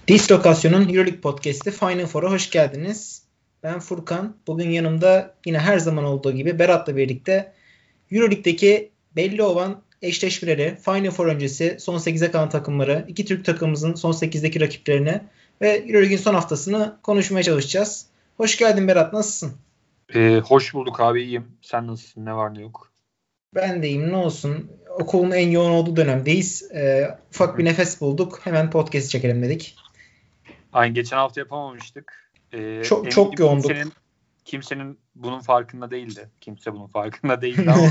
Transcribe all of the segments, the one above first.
Dislokasyon'un Euroleague Podcast'i Final Four'a hoş geldiniz. Ben Furkan. Bugün yanımda yine her zaman olduğu gibi Berat'la birlikte Euroleague'deki belli olan eşleşmeleri, Final Four öncesi son 8'e kalan takımları, iki Türk takımımızın son 8'deki rakiplerini ve Euroleague'in son haftasını konuşmaya çalışacağız. Hoş geldin Berat, nasılsın? Hoş bulduk abi, iyiyim. Sen nasılsın? Ne var ne yok? Ben de iyiyim, ne olsun. Okulun en yoğun olduğu dönemdeyiz. Ufak bir nefes bulduk. Hemen podcast çekelim dedik. Aynı geçen hafta yapamamıştık. Çok yoğunduk. Kimsenin bunun farkında değildi. Kimse bunun farkında değildi ama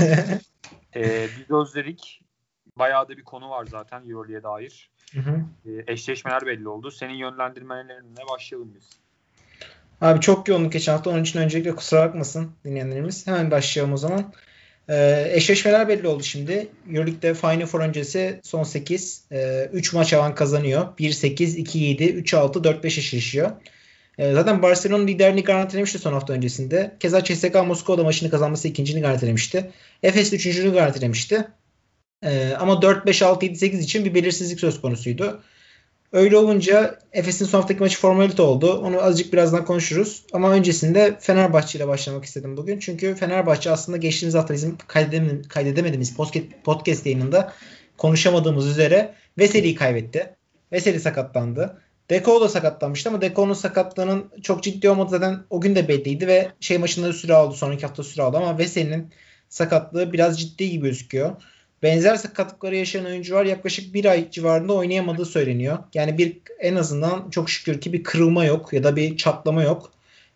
biz özledik. Bayağı da bir konu var zaten Euroleague'e dair. Eşleşmeler belli oldu. Senin yönlendirmelerine başlayalım biz. Abi çok yoğunluk geçen hafta. Onun için öncelikle kusura bakmasın dinleyenlerimiz. Hemen başlayalım o zaman. Eşleşmeler belli oldu şimdi. Euroleague'de Final Four öncesi son 8. 3 maç alan kazanıyor. 1-8, 2-7, 3-6, 4-5 eşleşiyor. Zaten Barcelona liderliğini garantilemişti son hafta öncesinde. Keza CSKA Moskova'da maçını kazanması ikinciliğini garantilemişti. Efes üçüncülüğünü garantilemişti. Ama 4-5-6-7-8 için bir belirsizlik söz konusuydu. Öyle olunca Efes'in son haftaki maçı formalite oldu. Onu azıcık birazdan konuşuruz. Ama öncesinde Fenerbahçe ile başlamak istedim bugün. Çünkü Fenerbahçe aslında geçtiğimiz hafta bizim kaydedemediğimiz podcast yayınında konuşamadığımız üzere Veseli'yi kaybetti. Veseli sakatlandı. Deko da sakatlanmıştı ama Deko'nun sakatlığının çok ciddi olmadığı zaten o gün de belliydi ve maçında süre aldı. Sonraki hafta süre aldı ama Veseli'nin sakatlığı biraz ciddi gibi gözüküyor. Benzer sakatlıkları yaşayan oyuncular yaklaşık bir ay civarında oynayamadığı söyleniyor. Yani en azından çok şükür ki bir kırılma yok ya da bir çatlama yok.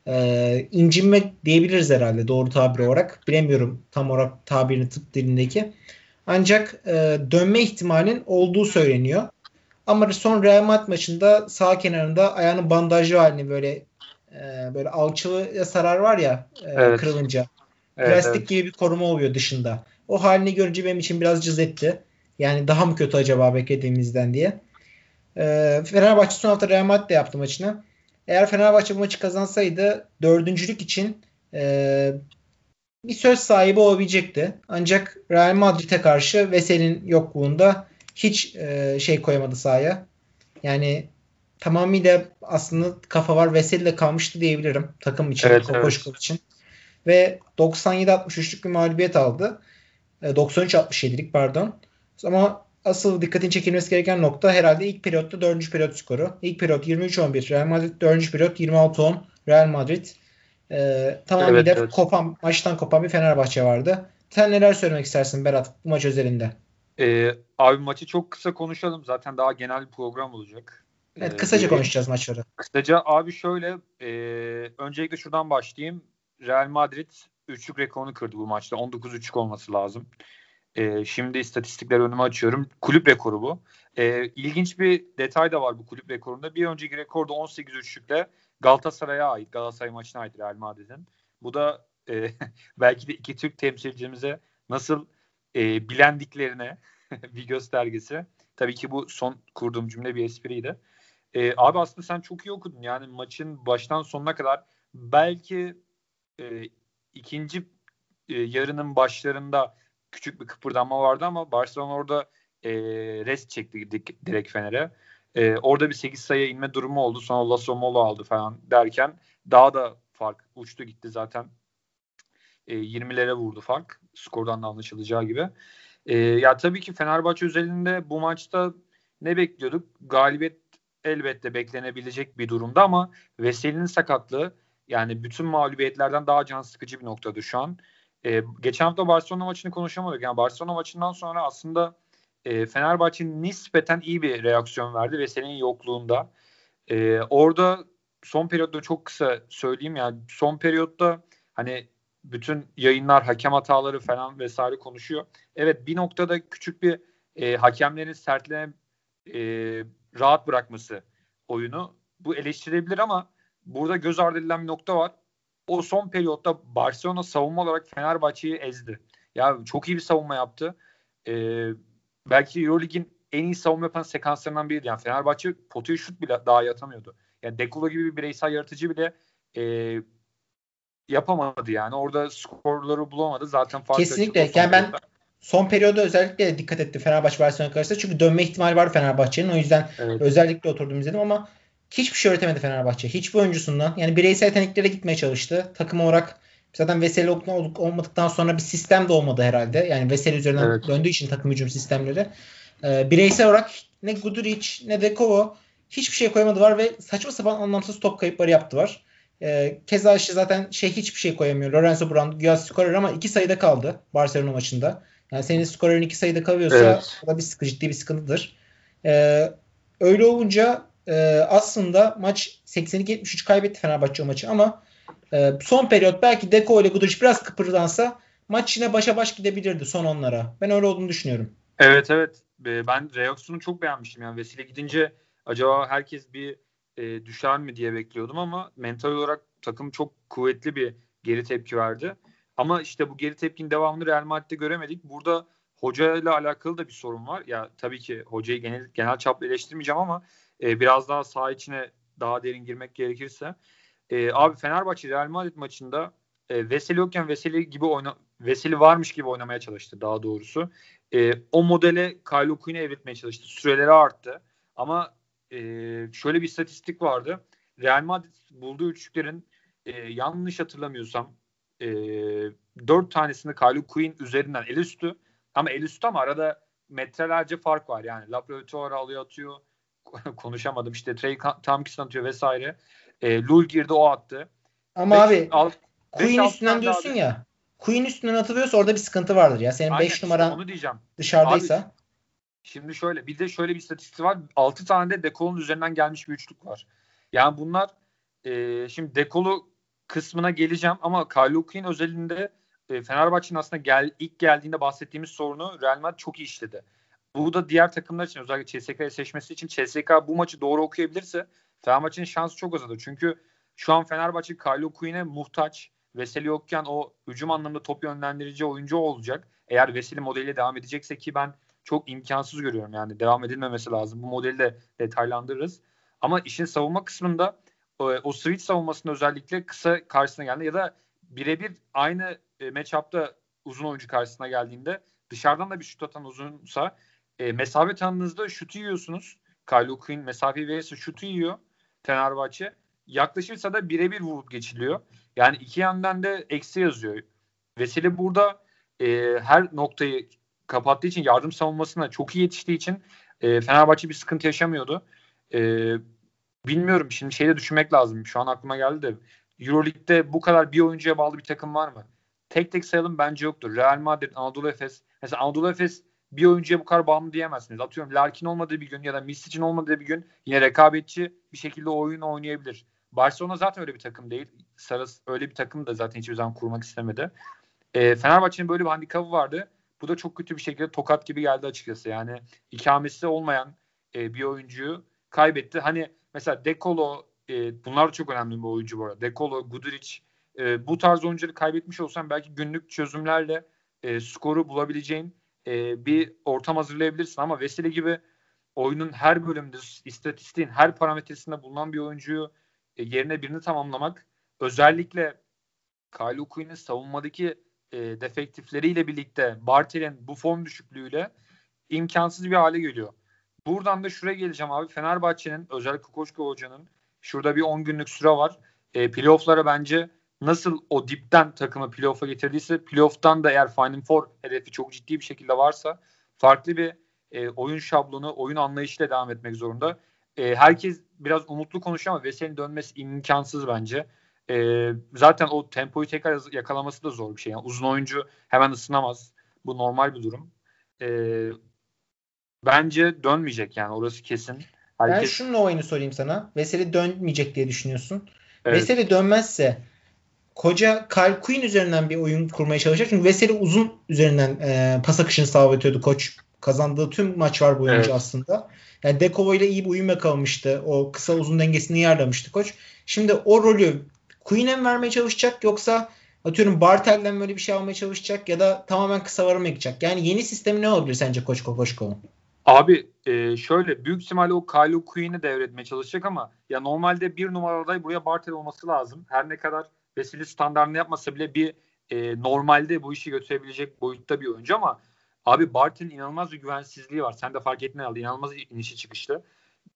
İncinme diyebiliriz herhalde doğru tabir olarak. Bilemiyorum tam olarak tabirini tıp dilindeki. Ancak dönme ihtimalinin olduğu söyleniyor. Ama son Real Madrid maçında sağ kenarında ayağının bandajlı halini böyle alçıya sarar var ya evet. Kırılınca. Plastik gibi bir koruma oluyor dışında. O halini görünce benim için biraz cız etti. Yani daha mı kötü acaba beklediğimizden diye. Fenerbahçe son hafta Real Madrid'de yaptı maçını. Eğer Fenerbahçe bu maçı kazansaydı dördüncülük için bir söz sahibi olabilecekti. Ancak Real Madrid'e karşı Veseli'nin yokluğunda hiç koyamadı sahaya. Yani tamamıyla aslında kafa var Veseli'de kalmıştı diyebilirim takım için, Kokoşkov için. Ve 97-63'lük bir mağlubiyet aldı. 93-67'lik pardon. Ama asıl dikkatin çekilmesi gereken nokta herhalde ilk periyotta 4. periyot skoru. İlk periyot 23-11 Real Madrid, 4. periyot 26-10 Real Madrid. Tamamıyla maçtan kopan bir Fenerbahçe vardı. Sen neler söylemek istersin Berat bu maç özelinde? Abi maçı çok kısa konuşalım. Zaten daha genel bir program olacak. Evet, kısaca konuşacağız maçları. Kısaca abi şöyle öncelikle şuradan başlayayım. Real Madrid 3'lük rekorunu kırdı bu maçta. 19-3 olması lazım. Şimdi istatistikleri önüme açıyorum. Kulüp rekoru bu. İlginç bir detay da var bu kulüp rekorunda. Bir önceki rekor da 18-3'lükle Galatasaray'a ait. Galatasaray maçına ait Real Madrid'in. Bu da belki de iki Türk temsilcimize nasıl bilendiklerine bir göstergesi. Tabii ki bu son kurduğum cümle bir espriydi. Abi aslında sen çok iyi okudun. Yani maçın baştan sonuna kadar belki ikinci yarının başlarında küçük bir kıpırdanma vardı ama Barcelona orada rest çekti direkt Fener'e. Orada bir 8 sayıya inme durumu oldu. Sonra Lasso Molo aldı falan derken daha da fark uçtu gitti zaten. 20'lere vurdu fark. Skordan da anlaşılacağı gibi. Ya tabii ki Fenerbahçe özelinde bu maçta ne bekliyorduk? Galibiyet elbette beklenebilecek bir durumda ama Veseli'nin sakatlığı yani bütün mağlubiyetlerden daha can sıkıcı bir noktada şu an. Geçen hafta Barcelona maçını konuşamadık. Yani Barcelona maçından sonra aslında Fenerbahçe nispeten iyi bir reaksiyon verdi Veseli'nin yokluğunda. Orada son periyotta çok kısa söyleyeyim yani son periyotta hani bütün yayınlar hakem hataları falan vesaire konuşuyor. Evet bir noktada küçük bir hakemlerin sertliğine rahat bırakması oyunu bu eleştirilebilir ama burada göz ardı edilen bir nokta var. O son periyotta Barcelona savunma olarak Fenerbahçe'yi ezdi. Ya çok iyi bir savunma yaptı. Belki Euroleague'in en iyi savunma yapan sekanslarından biriydi. Yani Fenerbahçe potaya şut bile daha iyi atamıyordu. Yani Dekolo gibi bir bireysel yaratıcı bile yapamadı yani. Orada skorları bulamadı. Zaten fark kesinlikle. Yani ben son periyoda özellikle dikkat ettim Fenerbahçe Barcelona karşısında. Çünkü dönme ihtimali var Fenerbahçe'nin. O yüzden özellikle oturdum izledim ama hiçbir şey öğretemedi Fenerbahçe. Hiçbir oyuncusundan. Yani bireysel yeteneklere gitmeye çalıştı. Takım olarak zaten Veseli olmadıktan sonra bir sistem de olmadı herhalde. Yani Veseli üzerinden Evet. döndüğü için takım hücum sistemleri. Bireysel olarak ne Guduric ne de Kovo hiçbir şey koyamadılar ve saçma sapan anlamsız top kayıpları yaptılar. Keza işte zaten hiçbir şey koyamıyor. Lorenzo Brown güya skorer ama 2 sayıda kaldı Barcelona maçında. Yani senin skorerin 2 sayıda kalıyorsa Evet. o da ciddi bir sıkıntıdır. Ee, Öyle olunca aslında maç 82-73 kaybetti Fenerbahçe o maçı ama son periyot belki Deco ile Guduric biraz kıpırdansa maç yine başa baş gidebilirdi son onlara. Ben öyle olduğunu düşünüyorum. Evet, evet. Ben reaksiyonu çok beğenmiştim. Yani Vesile gidince acaba herkes bir düşer mi diye bekliyordum ama mental olarak takım çok kuvvetli bir geri tepki verdi. Ama işte bu geri tepkinin devamını Real Madrid'de göremedik. Burada hoca ile alakalı da bir sorun var. Ya tabii ki hocayı genel çaplı eleştirmeyeceğim ama biraz daha saha içine daha derin girmek gerekirse. Abi Fenerbahçe Real Madrid maçında Veseli yokken Veseli varmış gibi oynamaya çalıştı daha doğrusu. O modele Kyle O'Quinn'i evritmeye çalıştı. Süreleri arttı. Ama şöyle bir istatistik vardı. Real Madrid bulduğu üçlüklerin yanlış hatırlamıyorsam 4 tanesini Kyle O'Quinn üzerinden el üstü. Ama el üstü ama arada metrelerce fark var. Yani Laprovetore alıyor atıyor. Konuşamadım. İşte Trey Thompson atıyor vesaire. Lul girdi o attı. Ama abi 5 Queen 6 üstünden tane de diyorsun abi. ya. Queen üstünden atılıyorsa orada bir sıkıntı vardır ya. Senin Aynen 5 işte numaran onu diyeceğim. Abi dışarıdaysa. şimdi şöyle bir de şöyle bir istatistik var. 6 tane de Dekol'un üzerinden gelmiş bir üçlük var. Yani bunlar şimdi Dekolu kısmına geleceğim ama Kyle O'Quinn özelinde Fenerbahçe'nin aslında ilk geldiğinde bahsettiğimiz sorunu Real Madrid çok iyi işledi. Bu da diğer takımlar için özellikle CSK'ya eşleşmesi için CSK bu maçı doğru okuyabilirse Fenerbahçe'nin şansı çok azalır. Çünkü şu an Fenerbahçe Kyle O'Quinn'e muhtaç. Veseli yokken o hücum anlamında top yönlendirici oyuncu olacak. Eğer Veseli modeliyle devam edecekse ki ben çok imkansız görüyorum yani devam edilmemesi lazım. Bu modeli de detaylandırırız. Ama işin savunma kısmında o switch savunmasında özellikle kısa karşısına geldi ya da birebir aynı matchup'ta uzun oyuncu karşısına geldiğinde dışarıdan da bir şut atan uzunsa mesafe tanınızda şutu yiyorsunuz. Kyle O'Quinn mesafeyi verirse şutu yiyor Fenerbahçe. Yaklaşırsa da birebir vurup geçiliyor. Yani iki yandan da eksi yazıyor. Veseli burada her noktayı kapattığı için yardım savunmasına çok iyi yetiştiği için Fenerbahçe bir sıkıntı yaşamıyordu. E, Bilmiyorum şimdi şeyde düşünmek lazım. Şu an aklıma geldi de Euroleague'de bu kadar bir oyuncuya bağlı bir takım var mı? Tek tek sayalım bence yoktur. Real Madrid, Anadolu Efes. Mesela Anadolu Efes bir oyuncuya bu kadar bağımlı diyemezsiniz. Atıyorum Larkin olmadığı bir gün ya da Misic'in olmadığı bir gün yine rekabetçi bir şekilde oyun oynayabilir. Barcelona zaten öyle bir takım değil. Saras öyle bir takım da zaten hiçbir zaman kurmak istemedi. Fenerbahçe'nin böyle bir handikapı vardı. Bu da çok kötü bir şekilde tokat gibi geldi açıkçası. Yani ikamesi olmayan bir oyuncuyu kaybetti. Hani mesela Dekolo bunlar çok önemli bir oyuncu bu arada. Dekolo, Guduric bu tarz oyuncuları kaybetmiş olsan belki günlük çözümlerle skoru bulabileceğin bir ortam hazırlayabilirsin. Ama Veseli gibi oyunun her bölümünde, istatistiğin her parametresinde bulunan bir oyuncuyu yerine birini tamamlamak özellikle Kyle O'Quinn'in savunmadaki defektifleriyle birlikte Bartel'in bu form düşüklüğüyle imkansız bir hale geliyor. Buradan da şuraya geleceğim abi. Fenerbahçe'nin özellikle Kokoşko Hoca'nın şurada bir 10 günlük süre var. Playoff'lara bence nasıl o dipten takımı playoff'a getirdiyse playoff'tan da eğer Final Four hedefi çok ciddi bir şekilde varsa farklı bir oyun şablonu, oyun anlayışıyla devam etmek zorunda. Herkes biraz umutlu konuşuyor ama Veseli'nin dönmesi imkansız bence. Zaten o tempoyu tekrar yakalaması da zor bir şey. Yani uzun oyuncu hemen ısınamaz. Bu normal bir durum. Bence dönmeyecek yani orası kesin. Ben Herkes şununla oyunu sorayım sana. Veseli dönmeyecek diye düşünüyorsun. evet. Veseli dönmezse koca Kyle Quinn üzerinden bir oyun kurmaya çalışacak. Çünkü Veseli uzun üzerinden pas akışını sağlatıyordu koç. Kazandığı tüm maç var boyunca Evet. aslında. Yani Dekova ile iyi bir uyum yakalamıştı. O kısa uzun dengesini ayarlamıştı koç. Şimdi o rolü Quinn'e mi vermeye çalışacak yoksa atıyorum Bartel'den böyle bir şey almaya çalışacak ya da tamamen kısa varıma gidecek. Yani yeni sistemi ne olabilir sence Koç Kokoşko'nun? Abi şöyle büyük ihtimalle o Kylo Quinn'i devretmeye çalışacak ama ya normalde bir numaralı aday buraya Bartel olması lazım. Her ne kadar Veseli standartını yapmasa bile bir normalde bu işi götürebilecek boyutta bir oyuncu ama abi Bartel'in inanılmaz bir güvensizliği var. Sen de fark ettin herhalde. İnanılmaz inişi çıkışlı.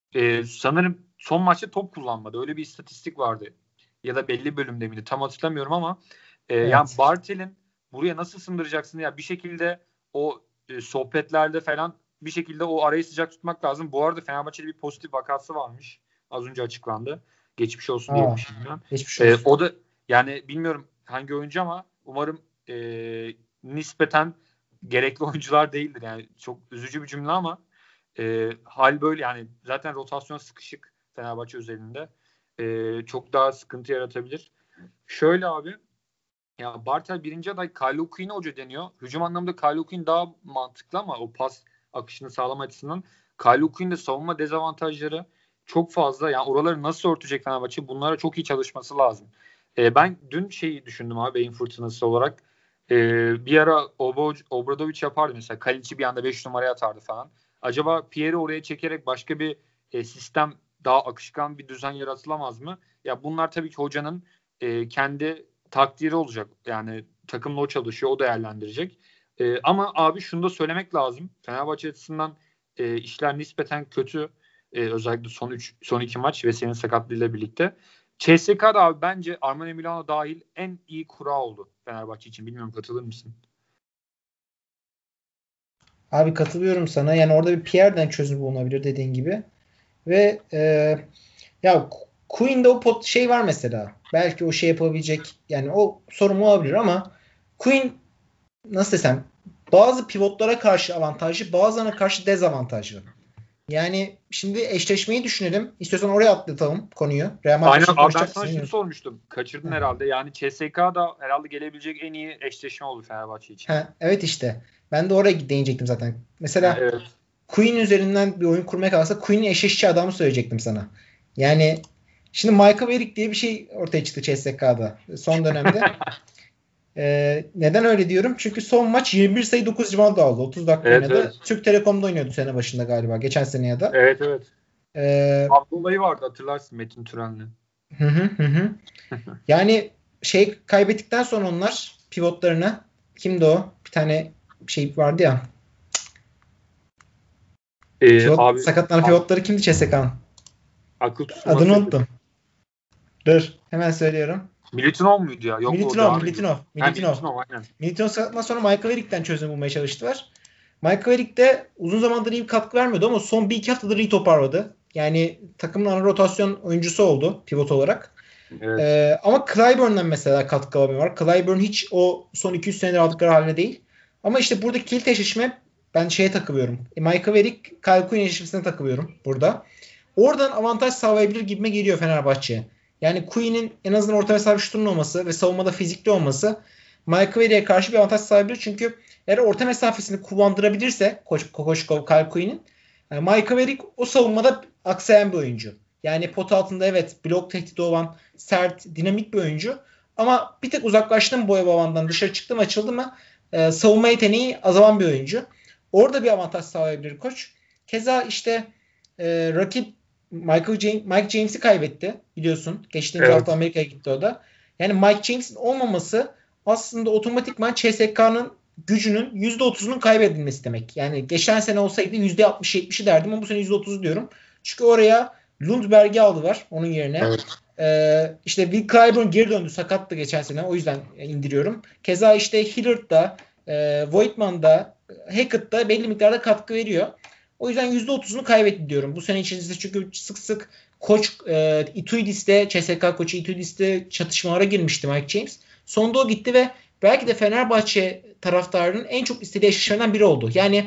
Sanırım son maçta top kullanmadı. Öyle bir istatistik vardı. Ya da belli bölümde miydi? Tam hatırlamıyorum ama yani Evet. Bartel'in buraya nasıl sındıracaksın ya bir şekilde o sohbetlerde falan bir şekilde o arayı sıcak tutmak lazım. Bu arada Fenerbahçe'de bir pozitif vakası varmış. Az önce açıklandı. Geçmiş olsun diyelim Aa, şimdiden. geçmiş olsun. O da yani bilmiyorum hangi oyuncu ama umarım nispeten gerekli oyuncular değildir. Yani çok üzücü bir cümle ama hal böyle yani zaten rotasyon sıkışık Fenerbahçe özelinde. Çok daha sıkıntı yaratabilir. Şöyle abi ya Bartel birinci aday Kyle O'Quinn'e hoca deniyor. Hücum anlamında Kyle O'Quinn daha mantıklı ama o pas akışını sağlama açısından Kyle O'Quinn'de savunma dezavantajları çok fazla. Yani oraları nasıl örtecek Fenerbahçe? Bunlara çok iyi çalışması lazım. Ben dün şeyi düşündüm abi beyin fırtınası olarak. Bir ara Obradovic yapardı mesela. Kalic'i bir anda 5 numaraya atardı falan. Acaba Pierre'i oraya çekerek başka bir sistem daha akışkan bir düzen yaratılamaz mı? Ya bunlar tabii ki hocanın kendi takdiri olacak. Yani takımla o çalışıyor, o değerlendirecek. Ama abi şunu da söylemek lazım. Fenerbahçe açısından işler nispeten kötü. Özellikle son 2 maç ve senin sakatlığıyla birlikte. CSK'da abi bence Armani Milano dahil en iyi kura oldu Fenerbahçe için. Bilmiyorum katılır mısın? Abi katılıyorum sana. Yani orada bir Pierre'den çözüm bulunabilir dediğin gibi. Ve ya Queen'de o şey var mesela. Belki o şey yapabilecek yani o sorun olabilir ama Queen nasıl desem bazı pivotlara karşı avantajlı, bazılarına karşı dezavantajlı. Yani şimdi eşleşmeyi düşünelim. İstiyorsan oraya atlatalım konuyu. Real Madrid Aynen maçını abi ben konuşacak sana mısın? şunu Bilmiyorum. sormuştum. Kaçırdın Ha. herhalde. Yani CSK da herhalde gelebilecek en iyi eşleşme oldu Fenerbahçe için. Ha, evet işte. Ben de oraya değinecektim zaten. Ha, Mesela evet. Queen üzerinden bir oyun kurmaya kalksa Queen'in eşleşeceği adamı söyleyecektim sana. Yani şimdi Michael Eric diye bir şey ortaya çıktı CSK'da son dönemde. Neden öyle diyorum? Çünkü son maç 21 sayı 9 rebound aldı. 30 dakika Evet evet. oynadı. Türk Telekom'da oynuyordu sene başında galiba. Geçen sene ya da. Evet evet. Ee, Abdullah olayı vardı hatırlarsın Metin Türen'le. hı hı hı hı. Yani şey kaybettikten sonra onlar pivotlarına kimdi o? Bir tane şey vardı ya. Pivot, Abi sakatlanan pivotları kimdi CSK'nın? akıl Adını tutulması unuttum. Dur. Hemen söylüyorum. Militinov muydu ya? Yok o Militinov, devam ediyordu. Militinov, Ha Militinov. Militinov aynen. Militinov sakatlanan sonra Michael Eric'ten çözüm bulmaya çalıştılar. Michael Eric de uzun zamandır iyi bir katkı vermiyordu ama son bir iki haftadır iyi toparladı. Yani takımın ana rotasyon oyuncusu oldu pivot olarak. Evet. Ama Clyburn'dan mesela katkı alamıyor. Clyburn hiç o son 200 senedir aldıkları haline değil. Ama işte buradaki kilit eşleşme ben şeye takılıyorum. Michael Eric, Kyle Quinn eşleşmesine takılıyorum burada. Oradan avantaj sağlayabilir gibime geliyor Fenerbahçe. Yani Quinn'in en azından orta mesafe şutunun olması ve savunmada fizikli olması Michael Eric'e karşı bir avantaj sağlayabilir. Çünkü eğer orta mesafesini kullandırabilirse Kokoşkov, Kyle Quinn'in yani Michael Eric o savunmada aksayan bir oyuncu. Yani pot altında evet blok tehdidi olan sert, dinamik bir oyuncu. Ama bir tek uzaklaştı mı boya babandan dışarı çıktı mı açıldı mı savunma yeteneği azalan bir oyuncu. Orada bir avantaj sağlayabilir koç. Keza işte rakip Mike James'i kaybetti biliyorsun. Geçtiğimiz hafta Evet. Amerika'ya gitti o da. Yani Mike James'in olmaması aslında otomatikman CSK'nın gücünün %30'unun kaybedilmesi demek. Yani geçen sene olsaydı %60-70'i derdim ama bu sene %30'u diyorum. Çünkü oraya Lundberg'i aldılar onun yerine. Evet. İşte Will Clyburn geri döndü. Sakattı geçen sene. O yüzden indiriyorum. Keza işte Hillard da Voigtman da Hackett da belli miktarda katkı veriyor. O yüzden %30'unu kaybetti diyorum. Bu sene içerisinde çünkü sık sık koç Ituidis'te CSK koçu Ituidis'te çatışmalara girmişti Mike James. Sonunda o gitti ve belki de Fenerbahçe taraftarının en çok istediği eşleşmelerden biri oldu. Yani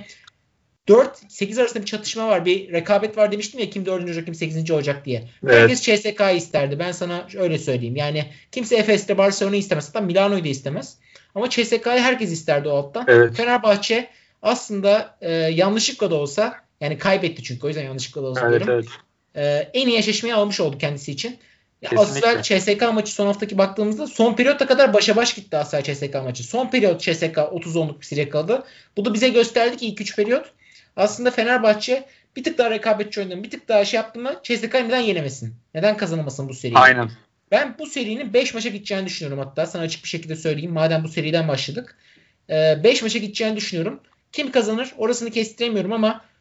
4-8 arasında bir çatışma var. Bir rekabet var demiştim ya kim 4. olacak kim 8. olacak diye. Herkes Evet. CSK'yı isterdi. Ben sana öyle söyleyeyim. Yani kimse Efes'te Barcelona'yı istemez. Hatta Milano'yu da istemez. Ama CSK'yı herkes isterdi o alttan. Evet. Fenerbahçe aslında yanlışlıkla da olsa yani kaybetti çünkü o yüzden yanlışlıkla da olsa Evet. diyorum. Evet. En iyi eşleşmeyi almış oldu kendisi için. Ya Asfer Kesinlikle. CSK maçı son haftaki baktığımızda son periyota kadar başa baş gitti Asfer CSK maçı. Son periyot CSK 30-10'luk bir seri yakaladı. Bu da bize gösterdi ki ilk 3 periyot aslında Fenerbahçe bir tık daha rekabetçi oynadı. Bir tık daha şey yaptı mı CSK'yı neden yenemesin? Neden kazanamasın bu seriyi? Aynen. Ben bu serinin 5 maça gideceğini düşünüyorum hatta. Sana açık bir şekilde söyleyeyim. Madem bu seriden başladık. 5 maça gideceğini düşünüyorum. Kim kazanır? Orasını kestiremiyorum ama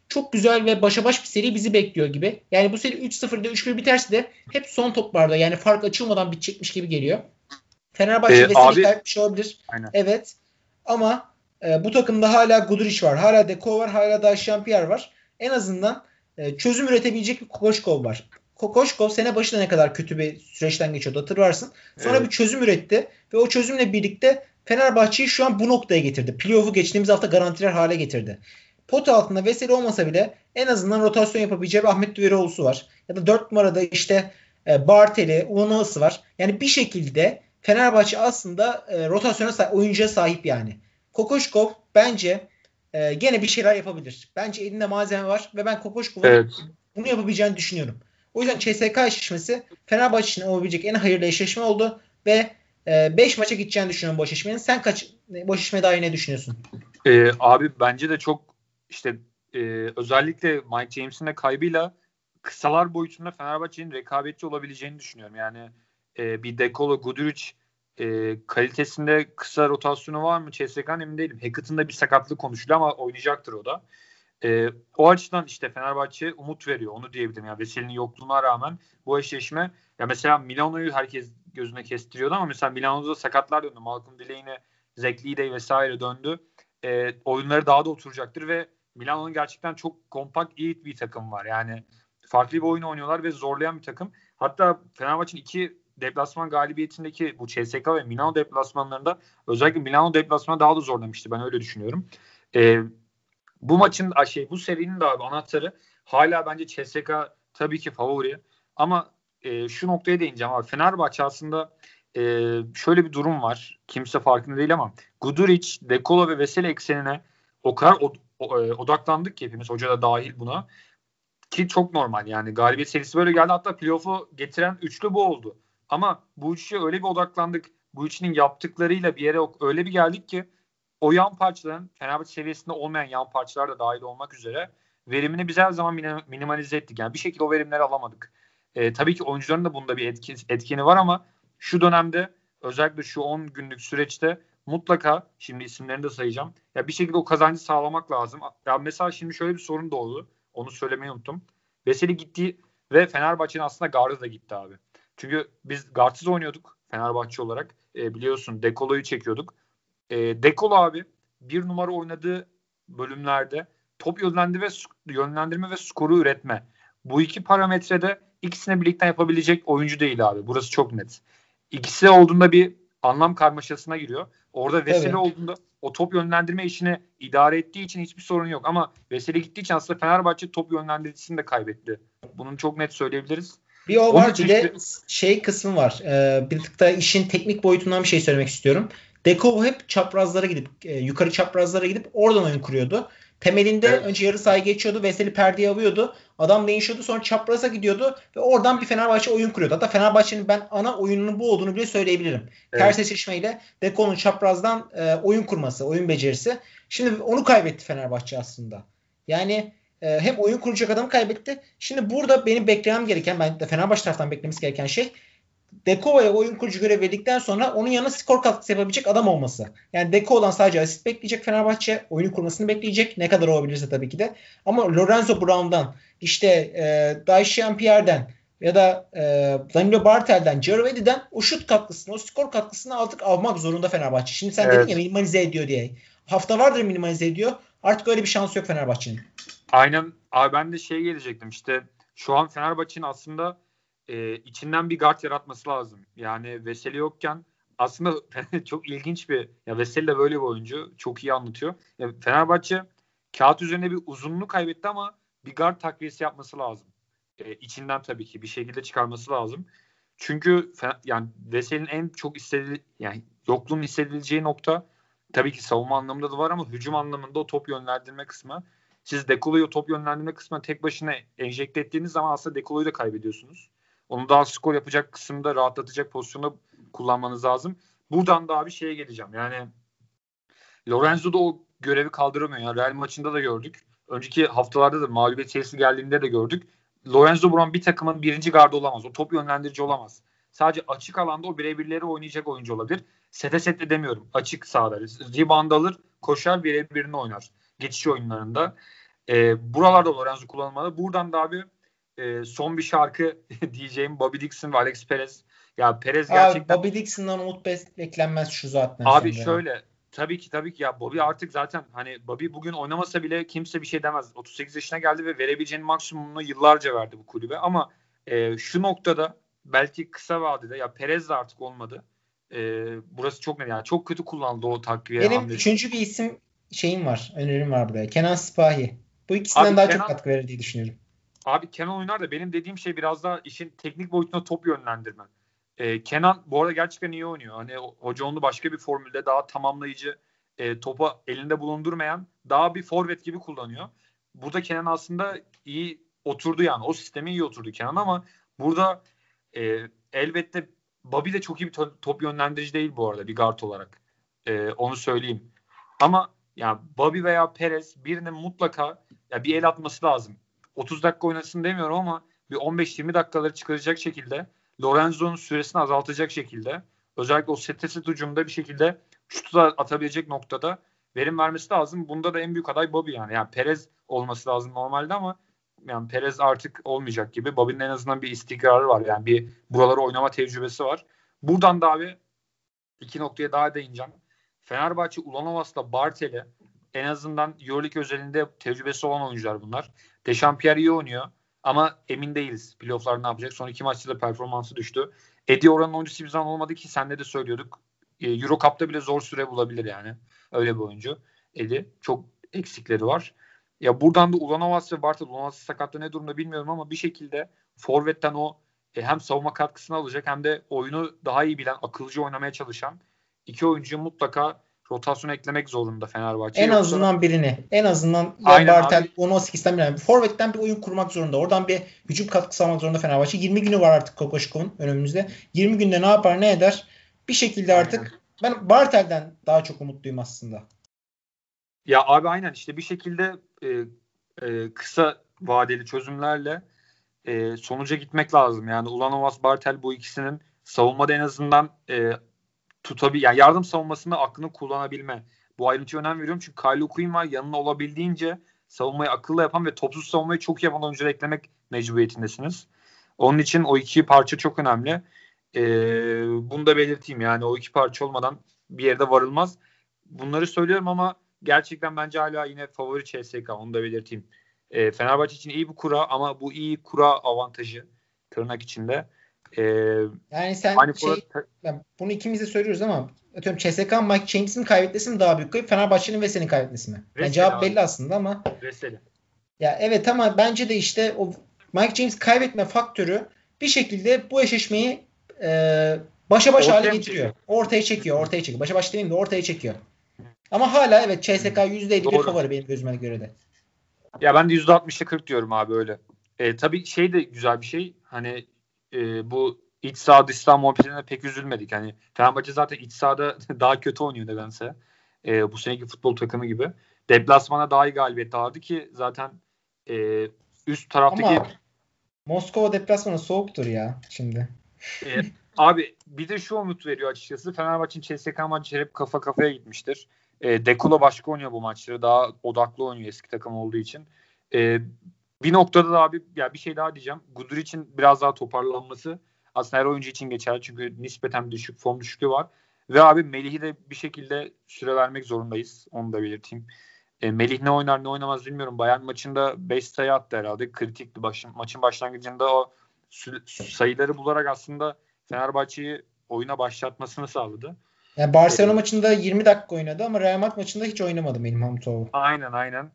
çok güzel ve başa baş bir seri bizi bekliyor gibi. Yani bu seri 3-0'da 3-1 biterse de hep son toplarda yani fark açılmadan bitecekmiş gibi geliyor. Fenerbahçe Veseli'yi Abi kaybetmiş olabilir. aynen. Evet. Ama bu takımda hala Guduric var. Hala Deko var. Hala Daşşampiyer var. En azından çözüm üretebilecek bir Kokoşkov var. Kokoşkov sene başında ne kadar kötü bir süreçten geçiyordu hatırlarsın. Sonra bir Evet. çözüm üretti ve o çözümle birlikte Fenerbahçe'yi şu an bu noktaya getirdi. Playoff'u geçtiğimiz hafta garantiler hale getirdi. Pot altında Veseli olmasa bile en azından rotasyon yapabileceği bir Ahmet Düveroğlu'su var. Ya da 4 numarada işte Bartel'i, Uğur'u var. Yani bir şekilde Fenerbahçe aslında rotasyona oyuncuya sahip yani. Kokoşkov bence gene bir şeyler yapabilir. Bence elinde malzeme var ve ben Kokoşkov'un Evet. bunu yapabileceğini düşünüyorum. O yüzden CSKA eşleşmesi Fenerbahçe için olabilecek en hayırlı eşleşme oldu ve 5 maça gideceğini düşünüyorum bu eşleşmenin. Sen bu eşleşmeye dair ne düşünüyorsun? Abi bence de çok işte özellikle Mike James'in de kaybıyla kısalar boyutunda Fenerbahçe'nin rekabetçi olabileceğini düşünüyorum. Yani bir Dekolo, Guduric kalitesinde kısa rotasyonu var mı? CSK'nın emin değilim. Hackett'ın da bir sakatlık konuşuluyor ama oynayacaktır o da. O açıdan işte Fenerbahçe umut veriyor. Onu diyebilirim. Yani Veseli'nin yokluğuna rağmen bu eşleşme ya mesela Milano'yu herkes gözüne kestiriyordu ama mesela Milano'da sakatlar döndü. Malcolm Delaney, Zach Lidey vesaire döndü. Oyunları daha da oturacaktır ve Milano'nun gerçekten çok kompakt iyi bir takım var. Yani farklı bir oyun oynuyorlar ve zorlayan bir takım. Hatta Fenerbahçe'nin 2 deplasman galibiyetindeki bu CSKA ve Milano deplasmanlarında özellikle Milano deplasmanı daha da zorlamıştı. Ben öyle düşünüyorum. Bu maçın bu serinin de abi anahtarı hala bence CSKA tabii ki favori ama şu noktaya değineceğim abi. Fenerbahçe aslında şöyle bir durum var. Kimse farkında değil ama Guduric, Dekolo ve Veseli eksenine o kadar odaklandık ki hepimiz, hoca da dahil buna, ki çok normal. Yani galibiyet serisi böyle geldi. Hatta playoff'u getiren üçlü bu oldu. Ama bu üçlüye öyle bir odaklandık. Bu üçlünün yaptıklarıyla bir yere öyle bir geldik ki o yan parçaların Fenerbahçe seviyesinde olmayan yan parçalar da dahil olmak üzere verimini biz her zaman minimalize ettik. Yani bir şekilde o verimleri alamadık. Tabii ki oyuncuların da bunda bir etkeni var ama şu dönemde özellikle şu 10 günlük süreçte mutlaka, şimdi isimlerini de sayacağım, ya bir şekilde o kazancı sağlamak lazım. Ya mesela şimdi şöyle bir sorun doğdu. Onu söylemeyi unuttum. Veseli gitti ve Fenerbahçe'nin aslında gardı da gitti abi. Çünkü biz guardsız oynuyorduk Fenerbahçe olarak. Biliyorsun Dekolo'yu çekiyorduk. Dekolo abi bir numara oynadığı bölümlerde top yönlendirme ve skoru üretme. Bu iki parametrede ikisine birlikte yapabilecek oyuncu değil abi. Burası çok net. İkisi olduğunda bir anlam karmaşasına giriyor. Orada Veseli Tabii. olduğunda o top yönlendirme işini idare ettiği için hiçbir sorun yok. Ama Veseli gittiği için aslında Fenerbahçe top yönlendiricisini de kaybetti. Bunu çok net söyleyebiliriz. Bir o Onun var, bir için de kısmı var. Bir tık da işin teknik boyutundan bir şey söylemek istiyorum. Dekov hep çaprazlara gidip yukarı çaprazlara gidip oradan oyun kuruyordu. Temelinde evet, önce yarı sahaya geçiyordu. Veseli perdeyi alıyordu. Adam değişiyordu. Sonra çapraza gidiyordu ve oradan bir Fenerbahçe oyun kuruyordu. Hatta Fenerbahçe'nin ben ana oyununun bu olduğunu bile söyleyebilirim. Ters evet. eşleşmeyle Deko'nun çaprazdan oyun kurması, oyun becerisi. Şimdi onu kaybetti Fenerbahçe aslında. Yani hem oyun kuracak adamı kaybetti. Şimdi burada benim beklemem gereken, ben de Fenerbahçe taraftan beklememiz gereken şey, Dekova'ya oyun kurucu görev verdikten sonra onun yanına skor katkısı yapabilecek adam olması. Yani Deko'dan sadece asist bekleyecek Fenerbahçe. Oyunu kurmasını bekleyecek. Ne kadar olabilirse tabii ki de. Ama Lorenzo Brown'dan, işte Daishian Pierre'den ya da Danilo Bartel'den, Cervedi'den o şut katkısını, o skor katkısını artık almak zorunda Fenerbahçe. Şimdi sen dedin ya Evet. minimalize ediyor diye. Hafta vardır minimalize ediyor. Artık öyle bir şans yok Fenerbahçe'nin. Aynen abi, ben de gelecektim işte, şu an Fenerbahçe'nin aslında içinden bir guard yaratması lazım. Yani Veseli yokken aslında çok ilginç ya Veseli de böyle bir oyuncu, çok iyi anlatıyor. Ya Fenerbahçe kağıt üzerinde bir uzunluğu kaybetti ama bir guard takviyesi yapması lazım. İçinden tabii ki bir şekilde çıkarması lazım. Çünkü yani Veseli'nin en çok yani yokluğun hissedileceği nokta tabii ki savunma anlamında da var ama hücum anlamında o top yönlendirme kısmı. Siz Dekolo'yu top yönlendirme kısmına tek başına enjekte ettiğiniz zaman aslında Dekolo'yu da kaybediyorsunuz. Onu daha skor yapacak kısımda, rahatlatacak pozisyonda kullanmanız lazım. Buradan da abi geleceğim. Yani Lorenzo da o görevi kaldıramıyor. Yani Real maçında da gördük. Önceki haftalarda da mağlubiyet serisi geldiğinde de gördük. Lorenzo Brown bir takımın birinci gardı olamaz. O top yönlendirici olamaz. Sadece açık alanda o birebirleri oynayacak oyuncu olabilir. Sete demiyorum. Açık sahada. Rebound alır, koşar, birebirini oynar. Geçiş oyunlarında. Buralarda Lorenzo kullanılmalı. Buradan da abi son bir şarkı diyeceğim Bobby Dixon ve Alex Perez. Ya Perez Abi gerçekten Bobby Dixon'dan umut beklenmez şu zaten abi sonra ya. şöyle tabii ki ya Bobby artık zaten hani Bobby bugün oynamasa bile kimse bir şey demez. 38 yaşına geldi ve verebileceğinin maksimumunu yıllarca verdi bu kulübe ama şu noktada belki kısa vadede ya Perez de artık olmadı. Burası çok net yani çok kötü kullanıldı o takviye Benim hamlesi. üçüncü bir isim önerim var buraya. Kenan Sipahi. Bu ikisinden Abi daha çok Kenan katkı verir diye düşünüyorum. Abi Kenan oynar da benim dediğim şey biraz daha işin teknik boyutuna top yönlendirme. Kenan bu arada gerçekten iyi oynuyor. Hani hoca onu başka bir formülde daha tamamlayıcı topu elinde bulundurmayan daha bir forvet gibi kullanıyor. Burada Kenan aslında iyi oturdu yani. O sisteme iyi oturdu Kenan ama burada elbette Bobby de çok iyi bir top yönlendirici değil bu arada bir guard olarak. Onu söyleyeyim. Ama yani Bobby veya Perez birine mutlaka ya bir el atması lazım. 30 dakika oynasın demiyorum ama bir 15-20 dakikaları çıkaracak şekilde Lorenzo'nun süresini azaltacak şekilde özellikle o set hücumda bir şekilde şutu da atabilecek noktada verim vermesi lazım. Bunda da en büyük aday Bobby yani. Yani Perez olması lazım normalde ama yani Perez artık olmayacak gibi. Bobby'nin en azından bir istikrarı var. Yani bir buraları oynama tecrübesi var. Buradan da abi iki noktaya daha değineceğim. Fenerbahçe Ulanovas'la Bartel'i en azından EuroLeague özelinde tecrübesi olan oyuncular bunlar. Dechampierre iyi oynuyor ama emin değiliz. Playoff'lar ne yapacak? Son iki maçta da performansı düştü. Eddie oranın oyuncusu bir zaman olmadı ki senle de söylüyorduk. Euro Cup'ta bile zor süre bulabilir yani. Öyle bir oyuncu. Eddie. Çok eksikleri var. Ya buradan da Ulanovas ve Bartel Ulanovas sakatlığı ne durumda bilmiyorum ama bir şekilde forvetten o hem savunma katkısını alacak hem de oyunu daha iyi bilen, akılcı oynamaya çalışan iki oyuncuyu mutlaka rotasyona eklemek zorunda Fenerbahçe. En Yoksa azından birini. En azından ya aynen Bartel, abi. 10-18'den biri. Forvet'ten bir oyun kurmak zorunda. Oradan bir hücum katkısı almak zorunda Fenerbahçe. 20 günü var artık Kokoşkov'un önümüzde. 20 günde ne yapar ne eder? Bir şekilde Aynen. artık ben Bartel'den daha çok umutluyum aslında. Ya abi aynen işte bir şekilde kısa vadeli çözümlerle sonuca gitmek lazım. Yani Ulanovas, Bartel bu ikisinin savunmada en azından yani yardım savunmasında aklını kullanabilme. Bu ayrıntıya önem veriyorum çünkü Kyle O'Quinn var yanına olabildiğince savunmayı akıllı yapan ve topsuz savunmayı çok iyi yapan oyuncuları eklemek mecburiyetindesiniz. Onun için o iki parça çok önemli. Bunu da belirteyim yani o iki parça olmadan bir yerde varılmaz. Bunları söylüyorum ama gerçekten bence hala yine favori CSK onu da belirteyim. Fenerbahçe için iyi bir kura ama bu iyi kura avantajı tırnak içinde. Yani sen Hani bunu ikimiz de söylüyoruz ama atıyorum CSK Mike James'in kaybetmesi mi daha büyük kayıp? Fenerbahçe'nin ve senin kaybetmesi mi? Yani Veseli cevap abi. belli aslında ama Veseli. ya evet ama bence de işte o Mike James kaybetme faktörü bir şekilde bu eşleşmeyi başa baş hale Ortaya mı getiriyor. çekiyor? Ortaya çekiyor. Ortaya çekiyor. Başa baş demeyeyim de ortaya çekiyor. Ama hala evet CSK %51 Doğru. favori benim gözüme göre de. Ya ben de %60'la 40 diyorum abi öyle. Tabii şey de güzel bir şey. Hani bu iç saha dış saha muhabbetine pek üzülmedik. Hani Fenerbahçe zaten iç sahada daha kötü oynuyor nedense. Bu seneki futbol takımı gibi. Deplasmana daha iyi galibiyet aldı ki zaten e, üst taraftaki Ama Moskova deplasmanı soğuktur ya şimdi. e, abi bir de şu umut veriyor açıkçası. Fenerbahçe'nin CSKA maçı hep kafa kafaya gitmiştir. Dekula başka oynuyor bu maçları. Daha odaklı oynuyor eski takım olduğu için. E, Bir noktada da abi ya bir şey daha diyeceğim. Gudur için biraz daha toparlanması aslında her oyuncu için geçerli. Çünkü nispeten düşük form düşüklüğü var. Ve abi Melih'i de bir şekilde süre vermek zorundayız. Onu da belirteyim. Melih ne oynar ne oynamaz bilmiyorum. Bayern maçında 5 sayı attı herhalde. Kritikti. Maçın başlangıcında o sayıları bularak aslında Fenerbahçe'yi oyuna başlatmasını sağladı. Yani Barcelona maçında 20 dakika oynadı ama Real Madrid maçında hiç oynamadı benim Hamutoğlu. Aynen.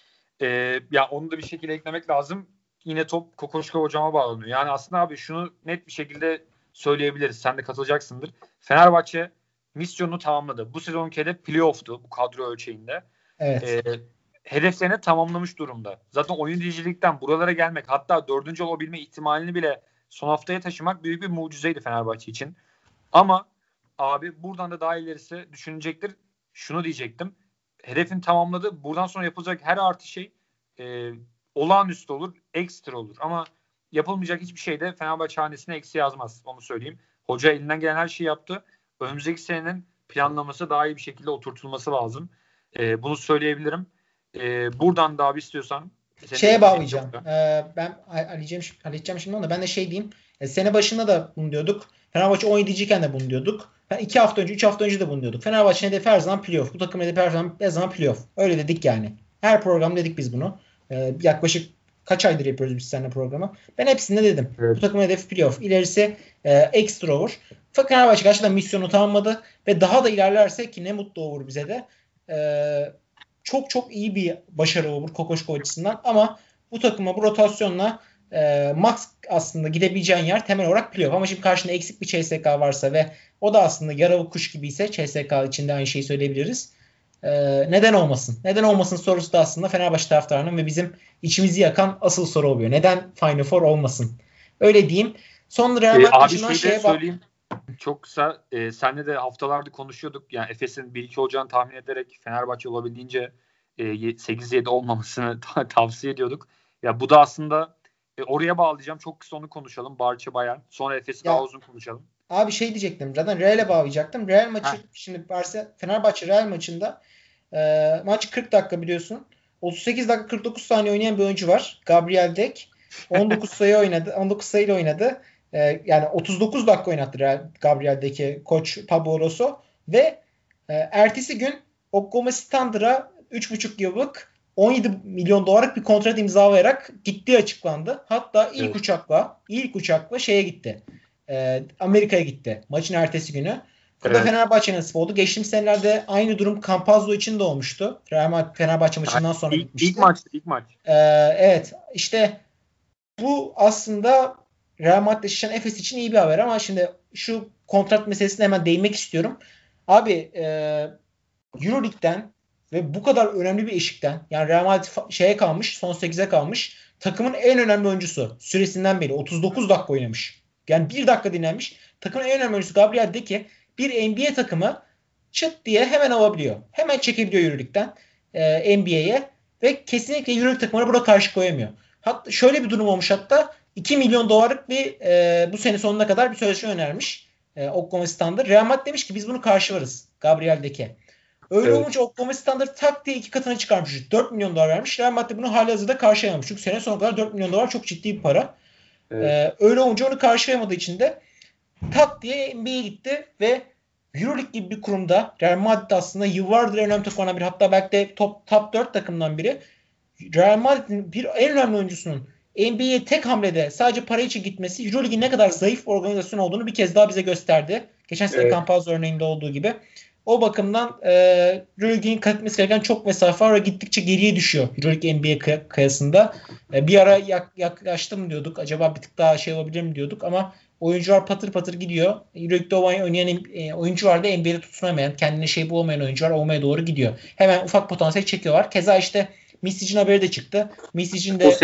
Ya onu da bir şekilde eklemek lazım. Yine top Kokoşka hocama bağlanıyor. Yani aslında abi şunu net bir şekilde söyleyebiliriz. Sen de katılacaksındır. Fenerbahçe misyonunu tamamladı. Bu sezonki hedef playoff'tu bu kadro ölçeğinde. Evet. Ee, Hedeflerini tamamlamış durumda. Zaten oyun dizicilikten buralara gelmek hatta dördüncü olabilme ihtimalini bile son haftaya taşımak büyük bir mucizeydi Fenerbahçe için. Ama abi buradan da daha ilerisi düşünecektir. Şunu diyecektim. Hedefini tamamladı. Buradan sonra yapılacak her artı şey olağanüstü olur, ekstra olur. Ama yapılmayacak hiçbir şey de Fenerbahçe hanesine eksi yazmaz. Onu söyleyeyim. Hoca elinden gelen her şeyi yaptı. Önümüzdeki senenin planlaması daha iyi bir şekilde oturtulması lazım. Bunu söyleyebilirim. Buradan da abi istiyorsan şeye bağlayacağım. Ben halledeceğim şimdi onu da. Ben de şey diyeyim. Sene başında da bunu diyorduk. Fenerbahçe 17'yken de bunu diyorduk. 2 hafta önce, 3 hafta önce de bunu diyorduk. Fenerbahçe'nin hedefi her zaman playoff. Bu takım hedefi her zaman playoff. Öyle dedik yani. Her program dedik biz bunu. Yaklaşık kaç aydır yapıyoruz biz seninle programı. Ben hepsinde dedim. Evet. Bu takım hedefi playoff. İlerisi ekstra olur. Fakat Fenerbahçe gerçekten misyonu tamamladı. Ve daha da ilerlerse ki ne mutlu olur bize de. Çok çok iyi bir başarı olur Kokoşko açısından. Ama bu takıma bu rotasyonla max aslında gidebileceğin yer temel olarak playoff. Ama şimdi karşında eksik bir CSK varsa ve o da aslında yaralı kuş gibi ise CSK içinde aynı şeyi söyleyebiliriz. Neden olmasın? Neden olmasın sorusu da aslında Fenerbahçe taraftarının ve bizim içimizi yakan asıl soru oluyor. Neden Final Four olmasın? Öyle diyeyim. Son Real Madrid'den şeye söyleyeyim. Çok kısa. Seninle de haftalardır konuşuyorduk. Yani Efes'in 1-2 olacağını tahmin ederek Fenerbahçe olabildiğince 8-7 olmamasını tavsiye ediyorduk. Ya bu da aslında oraya bağlayacağım. Çok kısa onu konuşalım. Barça Bayern. Sonra Efes'i daha uzun konuşalım. Abi şey diyecektim. Zaten Real'e bağlayacaktım. Real maçı şimdi Fenerbahçe Real maçında maç 40 dakika biliyorsun. 38 dakika 49 saniye oynayan bir oyuncu var. Gabriel Dek. 19 sayı oynadı. 19 sayıyla oynadı. Yani 39 dakika oynattı Gabriel Dek'i koç Pablo Rosso ve ertesi gün Oklahoma Thunder'a 3,5 yıllık 17 milyon dolarlık bir kontrat imzalayarak gittiği açıklandı. Hatta ilk uçakla şeye gitti. Amerika'ya gitti. Maçın ertesi günü. Burada Fenerbahçe'nin nasip oldu. Geçtiğimiz senelerde aynı durum Campazzo için de olmuştu. Fenerbahçe maçından sonra gitmişti. İlk maç. Evet. İşte bu aslında Real Madrid'le şişen Efes için iyi bir haber ama şimdi şu kontrat meselesine hemen değinmek istiyorum. Abi Euroleague'den ve bu kadar önemli bir eşikten yani Real Madrid şeye kalmış, son 8'e kalmış. Takımın en önemli oyuncusu süresinden beri 39 dakika oynamış. Yani 1 dakika dinlenmiş. Takımın en önemli oyuncusu Gabriel Deki bir NBA takımı çıt diye hemen alabiliyor. Hemen çekebiliyor Euroleague'den NBA'ye ve kesinlikle Euroleague takımına burada karşı koyamıyor. Hatta şöyle bir durum olmuş hatta 2 milyon dolarlık bir bu sene sonuna kadar bir sözleşme önermiş Oklahoma Thunder. Real Madrid demiş ki biz bunu karşılarız Gabriel Deke. Öyle olunca Oklahoma Thunder tak diye 2 katına çıkarmış. 4 milyon dolar vermiş. Real Madrid bunu halihazırda karşılayamamış. Çünkü sene sonuna kadar 4 milyon dolar çok ciddi bir para. Öyle olunca onu karşılayamadığı için de tak diye NBA'ye gitti ve Euroleague gibi bir kurumda Real Madrid aslında yıllardır en önemli takımlardan biri. Hatta belki de top 4 takımdan biri. Real Madrid'in en önemli oyuncusunun NBA'ye tek hamlede sadece para için gitmesi Euroleague'in ne kadar zayıf bir organizasyon olduğunu bir kez daha bize gösterdi. Geçen sene Campazzo örneğinde olduğu gibi. O bakımdan Euroleague'in kat etmesi gereken çok mesafe var ve gittikçe geriye düşüyor Euroleague NBA kıyasında. Bir ara yaklaştı mı diyorduk. Acaba bir tık daha şey olabilir mi diyorduk ama oyuncular patır patır gidiyor. Euroleague'de oynayan oyuncu var da NBA'de tutunamayan, kendine şey bulamayan oyuncular olmaya doğru gidiyor. Hemen ufak potansiyel çekiyorlar. Keza işte Misic'in haberi de çıktı. Misic'in de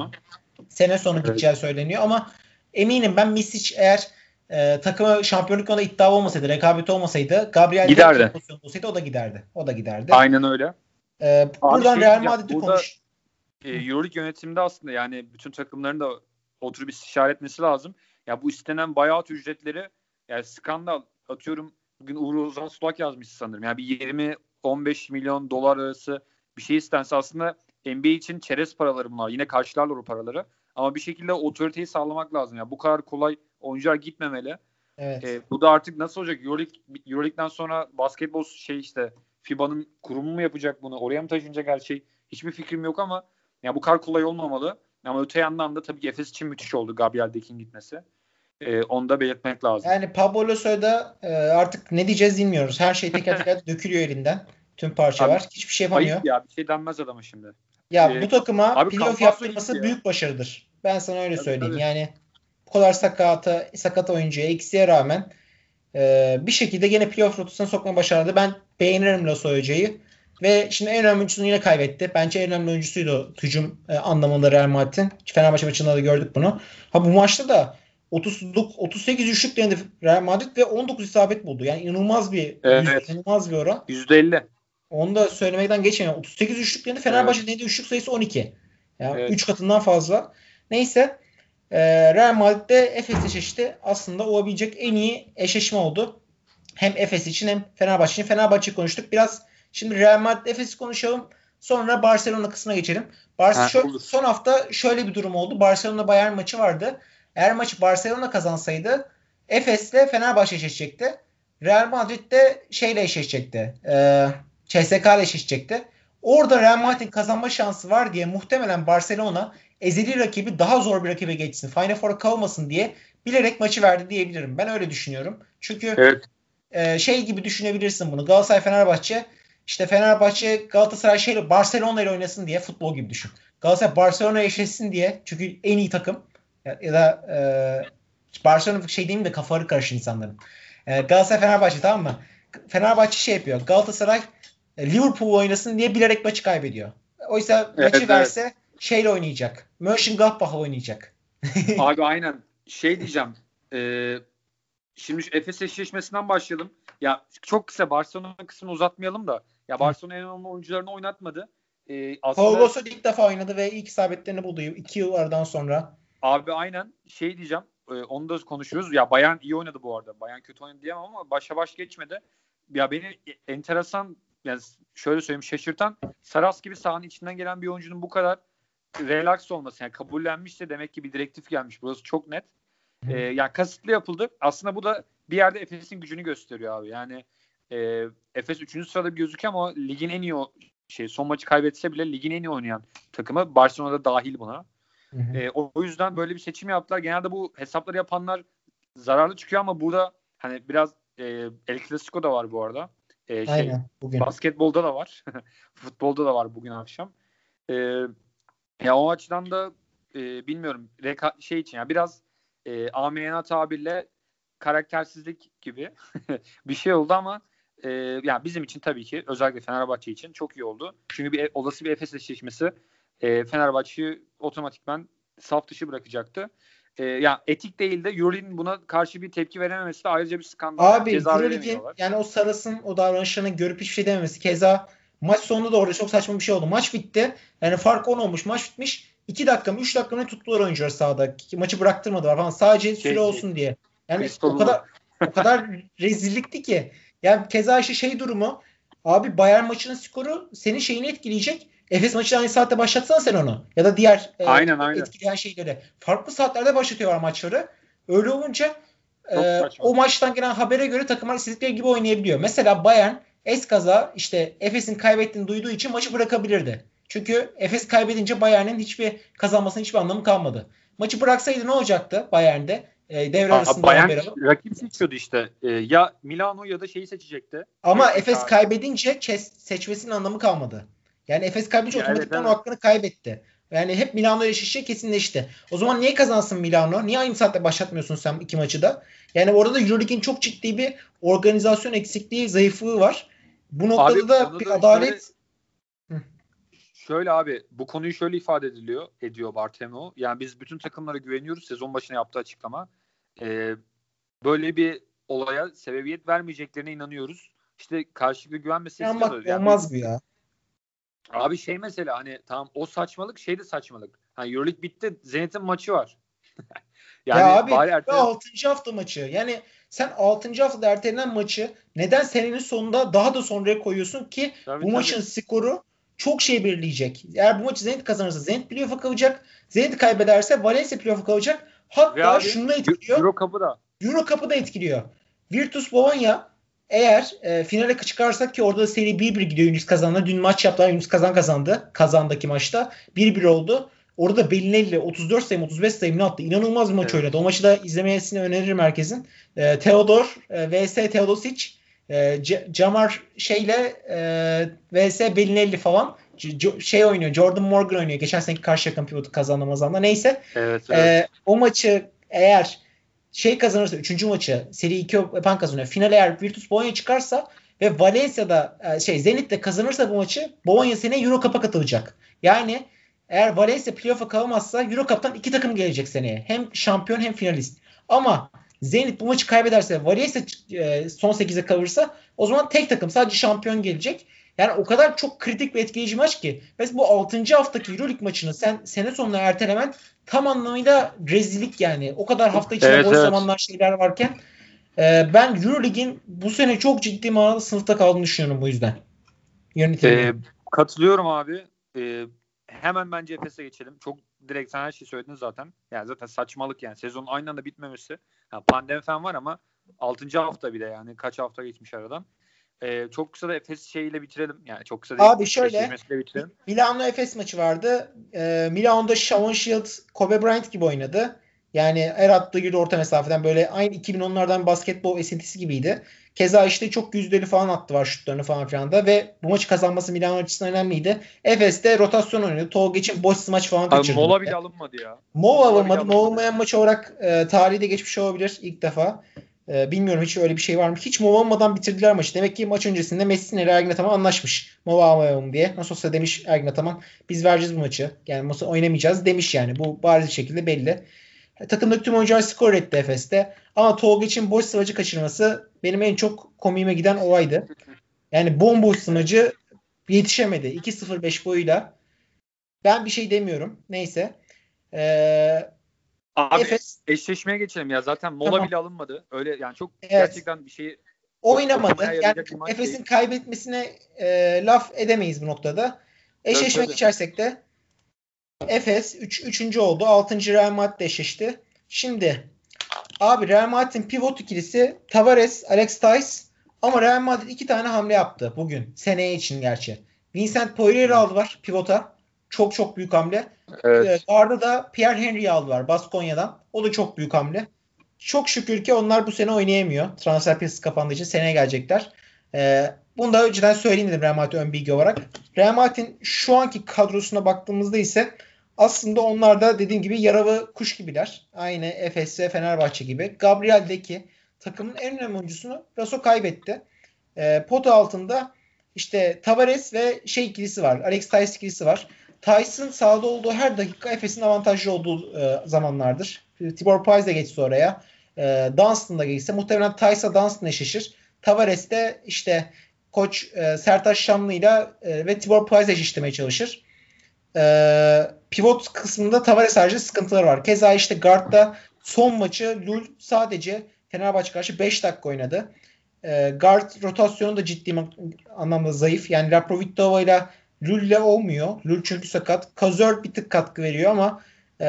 sene sonu gideceği söyleniyor ama eminim ben Misic eğer takıma şampiyonluk yolunda iddia olmasaydı, rekabet olmasaydı, Gabriel giderdi. Pozisyonda olsaydı o da giderdi. Aynen öyle. Buradan Real Madrid'i konuş. Euroleague yönetiminde aslında yani bütün takımların da oturup istişare etmesi lazım. Ya bu istenen buyout ücretleri yani skandal. Atıyorum bugün Uğur Ozan Sulak yazmış sanırım. Yani bir 20-15 milyon dolar arası bir şey istense aslında NBA için çerez paraları bunlar. Yine karşılarlar o paraları. Ama bir şekilde otoriteyi sağlamak lazım. Yani bu kadar kolay oyuncular gitmemeli. Evet. Bu da artık nasıl olacak? Euroleague'den sonra basketbol işte FIBA'nın kurumu mu yapacak bunu? Oraya mı taşınacak her şey? Hiçbir fikrim yok ama yani bu kadar kolay olmamalı. Ama öte yandan da tabii ki Efes için müthiş oldu Gabriel Dekin gitmesi. Onu da belirtmek lazım. Yani Pablo Losso'da artık ne diyeceğiz bilmiyoruz. Her şey teker teker dökülüyor elinden. Tüm parçalar. Hiçbir şey yapamıyor. Ayıp ya. Bir şey denmez adama şimdi. Ya bu takıma playoff yaptırması büyük başarıdır. Ben sana öyle söyleyeyim. Tabii. Yani bu kadar sakat oyuncuya eksiğe rağmen bir şekilde gene playoff rotasına sokmayı başardı. Ben beğenirim Losso Hoca'yı. Ve şimdi en önemli oyuncusunu yine kaybetti. Bence en önemli oyuncusuydu hücum anlamında Real Madrid'in. Fenerbahçe maçında da gördük bunu. Bu maçta da 38 üçlük denedi Real Madrid ve 19 isabet buldu. Yani inanılmaz bir oran. %50. Onu da söylemekten geçmiyor. 38 üçlük denedi. Fenerbahçe'nin denediği üçlük sayısı 12. Yani 3 katından fazla. Neyse Real Madrid'de Efes'le eşleşti. Aslında olabilecek en iyi eşleşme oldu. Hem Efes için hem Fenerbahçe için. Fenerbahçe'yi konuştuk. Biraz şimdi Real Madrid Efes'i konuşalım. Sonra Barcelona kısmına geçelim. Son hafta şöyle bir durum oldu. Barcelona Bayern maçı vardı. Eğer maçı Barcelona kazansaydı Efes'le Fenerbahçe eşleşecekti. Real Madrid de şeyle eşleşecekti. CSKA ile eşleşecekti. Orada Real Madrid'in kazanma şansı var diye muhtemelen Barcelona ezeli rakibi daha zor bir rakibe geçsin. Final Four'a kalmasın diye bilerek maçı verdi diyebilirim. Ben öyle düşünüyorum. Çünkü şey gibi düşünebilirsin bunu. Galatasaray Fenerbahçe, işte Fenerbahçe Galatasaray Barcelona ile oynasın diye, futbol gibi düşün. Galatasaray Barcelona eşleşsin diye, çünkü en iyi takım, ya da Barcelona şey diyeyim de kafaları karışır insanların. Galatasaray Fenerbahçe, tamam mı? Fenerbahçe şey yapıyor. Galatasaray Liverpool oynasın diye bilerek maçı kaybediyor. Oysa maçı verse şeyle oynayacak. Mönchengladbach oynayacak. Abi aynen. Şey diyeceğim. Şimdi şu Efes eşleşmesinden başlayalım. Ya çok kısa Barcelona kısmını uzatmayalım da. Ya Barcelona en önemli oyuncularını oynatmadı. Paul Gasol ilk defa oynadı ve ilk isabetlerini buldu 2 yıllardan sonra. Abi aynen. Şey diyeceğim. Onu da konuşuyoruz. Ya Bayern iyi oynadı bu arada. Bayern kötü oynadı diyemem ama başa baş geçmedi. Ya beni enteresan, yani şöyle söyleyeyim, şaşırtan, Saras gibi sahanın içinden gelen bir oyuncunun bu kadar relax olması. Yani kabullenmişse demek ki bir direktif gelmiş. Burası çok net. Yani kasıtlı yapıldı. Aslında bu da bir yerde Efes'in gücünü gösteriyor abi. Yani Efes 3. sırada bir gözüküyor ama ligin en iyi son maçı kaybetse bile ligin en iyi oynayan takımı. Barcelona'da dahil buna. O yüzden böyle bir seçim yaptılar. Genelde bu hesapları yapanlar zararlı çıkıyor ama burada hani biraz El Clasico da var bu arada. Aynen, bugün. Basketbolda da var. Futbolda da var bugün akşam. Ya o açıdan da bilmiyorum şey için ya biraz amiyana tabirle karaktersizlik gibi bir şey oldu ama yani bizim için tabii ki, özellikle Fenerbahçe için çok iyi oldu. Çünkü olası bir Efes eşleşmesi Fenerbahçe'yi otomatikman saf dışı bırakacaktı. Yani etik değil de Euroleague'in buna karşı bir tepki verememesi de ayrıca bir skandal. Abi Euroleague'in yani o Saras'ın o davranışlarını görüp hiçbir şey dememesi. Keza maç sonunda da orada çok saçma bir şey oldu. Maç bitti. Yani fark 10 olmuş. Maç bitmiş. 2 dakika mı 3 dakika mı tuttular oyuncuları sahada. Maçı bıraktırmadılar falan. Sadece süre olsun diye. Yani o kadar rezillikti ki. Yani keza şey durumu. Abi Bayern maçının skoru senin şeyini etkileyecek. Efes maçını aynı saatte başlatsan sen onu. Ya da diğer etkileyen şeyleri. Farklı saatlerde başlatıyorlar maçları. Öyle olunca o maçtan gelen habere göre takımlar istedikleri gibi oynayabiliyor. Mesela Bayern eskaza işte Efes'in kaybettiğini duyduğu için maçı bırakabilirdi. Çünkü Efes kaybedince Bayern'in kazanmasının hiçbir anlamı kalmadı. Maçı bıraksaydı ne olacaktı Bayern'de? Devre arasında Bayern rakip seçiyordu işte. Ya Milano ya da şeyi seçecekti. Ama Efes kaybedince seçmesinin anlamı kalmadı. Yani Efes kaybedince otomatikman o hakkını kaybetti. Yani hep Milano eşleşecek kesinleşti. O zaman niye kazansın Milano? Niye aynı saatte başlatmıyorsun sen iki maçı da? Yani orada da Euroleague'in çok ciddi bir organizasyon eksikliği, zayıflığı var. Bu noktada abi, da bir adalet... Şöyle abi, bu konuyu şöyle ifade ediyor Bartomeu. Yani biz bütün takımlara güveniyoruz. Sezon başına yaptığı açıklama. Böyle bir olaya sebebiyet vermeyeceklerine inanıyoruz. İşte karşılıklı güven meselesi diyoruz. Yani olmaz bu ya. Abi şey mesela hani tamam o saçmalık, şey de saçmalık. Hani Euroleague bitti. Zenit'in maçı var. Yani ya abi 6. hafta maçı. Yani sen 6. haftada ertelenen maçı neden senenin sonunda daha da sonraya koyuyorsun ki bu maçın skoru çok şey belirleyecek. Eğer bu maçı Zenit kazanırsa Zenit playoff'a kalacak. Zenit kaybederse Valencia playoff'a kalacak. Hatta şunu da etkiliyor. Euro Cup'ı da etkiliyor. Virtus Bologna eğer finale çıkarsak, ki orada da seri 1-1 gidiyor Yunus Kazan'la. Dün maç yaptılar. Yunus Kazan kazandı. Kazan'daki maçta 1-1 oldu. Orada Bellinelli 34 sayım 35 sayımını attı. İnanılmaz bir maç oynadı. O maçı da izlemesini öneririm herkesin. Teodor vs Teodosic, Jamar vs Bellinelli falan oynuyor. Jordan Morgan oynuyor. Geçen seneki Karşıyaka pivotu kazandı. Neyse. Evet. O maçı eğer kazanırsa 3. maçı seri 2 yapan kazanıyor. Finale eğer Virtus Bologna çıkarsa ve Valencia'da Zenit de kazanırsa bu maçı, Bologna seneye Euro Cup'a katılacak. Yani eğer Valencia playoff'a kalamazsa Euro Cup'tan 2 takım gelecek seneye. Hem şampiyon hem finalist. Ama Zenit bu maçı kaybederse, Valencia son 8'e kalırsa, o zaman tek takım sadece şampiyon gelecek. Yani o kadar çok kritik ve etkileyici maç ki. Mesela bu 6. haftaki Euroleague maçını sen sene sonuna ertelemen tam anlamıyla rezillik yani. O kadar hafta içinde boş zamanlar şeyler varken ben Euroleague'in bu sene çok ciddi manada sınıfta kaldığını düşünüyorum bu yüzden. Katılıyorum abi. Hemen bence Efes'e geçelim. Çok direkt sen her şeyi söyledin zaten. Yani zaten saçmalık yani. Sezonun aynı anda bitmemesi. Yani pandemi falan var ama 6. hafta bile yani. Kaç hafta geçmiş aradan. Çok kısa da Efes şeyiyle bitirelim. Yani çok kısa değil. Abi şöyle Bitirelim. Milano Efes maçı vardı. Milano'da Shavon Shields Kobe Bryant gibi oynadı. Yani her attığı gibi orta mesafeden böyle aynı 2010'lardan basketbol esintisi gibiydi. Keza işte çok yüzdeli falan attı var şutlarını falan filan da ve bu maçı kazanması Milano açısından önemliydi. Efes'te rotasyon oynadı. Tolga için boş smaç falan Abi kaçırdı. mola bile alınmadı ya. Mola Mola bile alınmadı. Mola alınmadı. olmayan maç olarak tarihi de geçmiş olabilir ilk defa. Bilmiyorum hiç öyle bir şey var mı? Hiç mola olmadan bitirdiler maçı. Demek ki maç öncesinde Messi ile Ergin Ataman anlaşmış. Mola almayalım diye. Nasıl olsa demiş Ergin Ataman biz vereceğiz bu maçı. Yani maçı oynamayacağız demiş yani. Bu bariz bir şekilde belli. Takımdaki tüm oyuncular skor etti Efes'te. Ama Tolga için boş sımacı kaçırması benim en çok komiğime giden olaydı. Yani bomboş sımacı yetişemedi. 2.05 boyuyla. Ben bir şey demiyorum. Neyse. Abi Efes eşleşmeye geçelim ya. Zaten mola tamam. bile alınmadı. Öyle yani çok Evet. gerçekten bir şeyi oynamaya Oynamadı. Yani yarayacak bir maç Efes'in değil. kaybetmesine laf edemeyiz bu noktada. Eşleşme Tabii. geçersek de Efes 3. oldu. 6. Real Madrid eşleşti. Şimdi abi Real Madrid'in pivot ikilisi Tavares, Alex Theis ama Real Madrid 2 tane hamle yaptı bugün. Seneye için gerçi. Vincent Poirier'i aldılar pivota. Çok çok büyük hamle. Evet. Guard'a da Pierre Henry'i aldılar Baskonya'dan. O da çok büyük hamle. Çok şükür ki onlar bu sene oynayamıyor. Transfer piyasası kapandığı için seneye gelecekler. Bunu da önceden söyleyeyim dedim Real Madrid ön bilgi olarak. Real Madrid'in şu anki kadrosuna baktığımızda ise aslında onlar da dediğim gibi yaralı kuş gibiler. Aynı Efes ve Fenerbahçe gibi. Gabriel Deki takımın en önemli oyuncusunu Raso kaybetti. Pota altında işte Tavares ve ikilisi var. Alex Theis ikilisi var. Theis'in sahada olduğu her dakika Efes'in avantajlı olduğu zamanlardır. Tibor Pais de geçse oraya. Dunstan da geçse muhtemelen Theis'a Dunstan eşleşir. Tavares de işte koç Sertaç Şamlı'yla ve Tibor Pais'le eşleştirmeye çalışır. Pivot kısmında Tavares harici sıkıntılar var. Keza işte guard'da son maçı Lul sadece Fenerbahçe karşı 5 dakika oynadı. Guard rotasyonu da ciddi anlamda zayıf. Yani Laprovitova ile Lul'le olmuyor. Lul çünkü sakat. Kazör bir tık katkı veriyor ama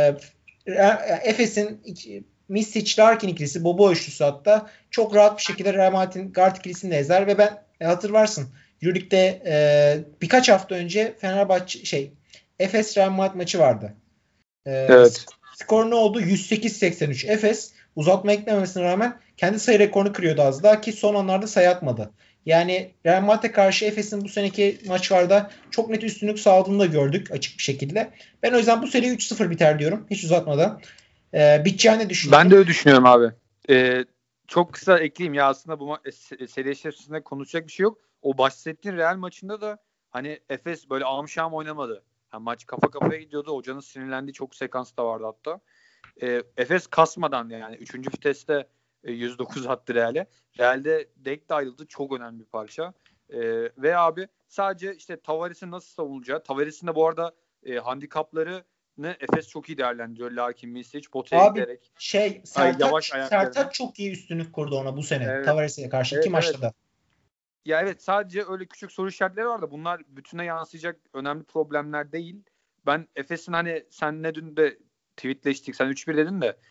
Efes'in Misic Larkin ikilisi, Bobo üçlüsü hatta çok rahat bir şekilde Real Madrid'in guard ikilisini de ezer ve ben hatırlarsın Euroleague'de birkaç hafta önce Fenerbahçe Efes Real Madrid maçı vardı. Evet. Skor ne oldu? 108-83. Efes uzatma eklememesine rağmen kendi sayı rekorunu kırıyordu az daha ki son anlarda sayı atmadı. Yani Real Madrid'e karşı Efes'in bu seneki maçlarda çok net üstünlük sağladığını da gördük açık bir şekilde. Ben o yüzden bu seri 3-0 biter diyorum. Hiç uzatmadan. Biteceğini düşünüyorum. Ben de öyle düşünüyorum abi. Çok kısa ekleyeyim ya aslında bu seri içerisinde konuşacak bir şey yok. O bahsettiğin Real maçında da hani Efes böyle amşam oynamadı. Yani maç kafa kafaya gidiyordu. Hocanın sinirlendiği çok sekans da vardı hatta. Efes kasmadan yani 3. viteste 109 attı Real'e. Real'de Dek de ayrıldı. Çok önemli bir parça. Ve abi sadece işte Tavares'in nasıl savunulacağı. Tavares'in de bu arada handikapları Efes çok iyi değerlendiriyor. Larkin, Misic, potaya Abi giderek. Yavaş ayaklarına. Sertaç çok iyi üstünlük kurdu ona bu sene. Evet. Tavares'e karşı iki Evet, maçta da. Ya evet sadece öyle küçük soru işaretleri var da bunlar bütüne yansıyacak önemli problemler değil. Ben Efes'in hani senle dün de tweetleştik. Sen 3-1 dedin de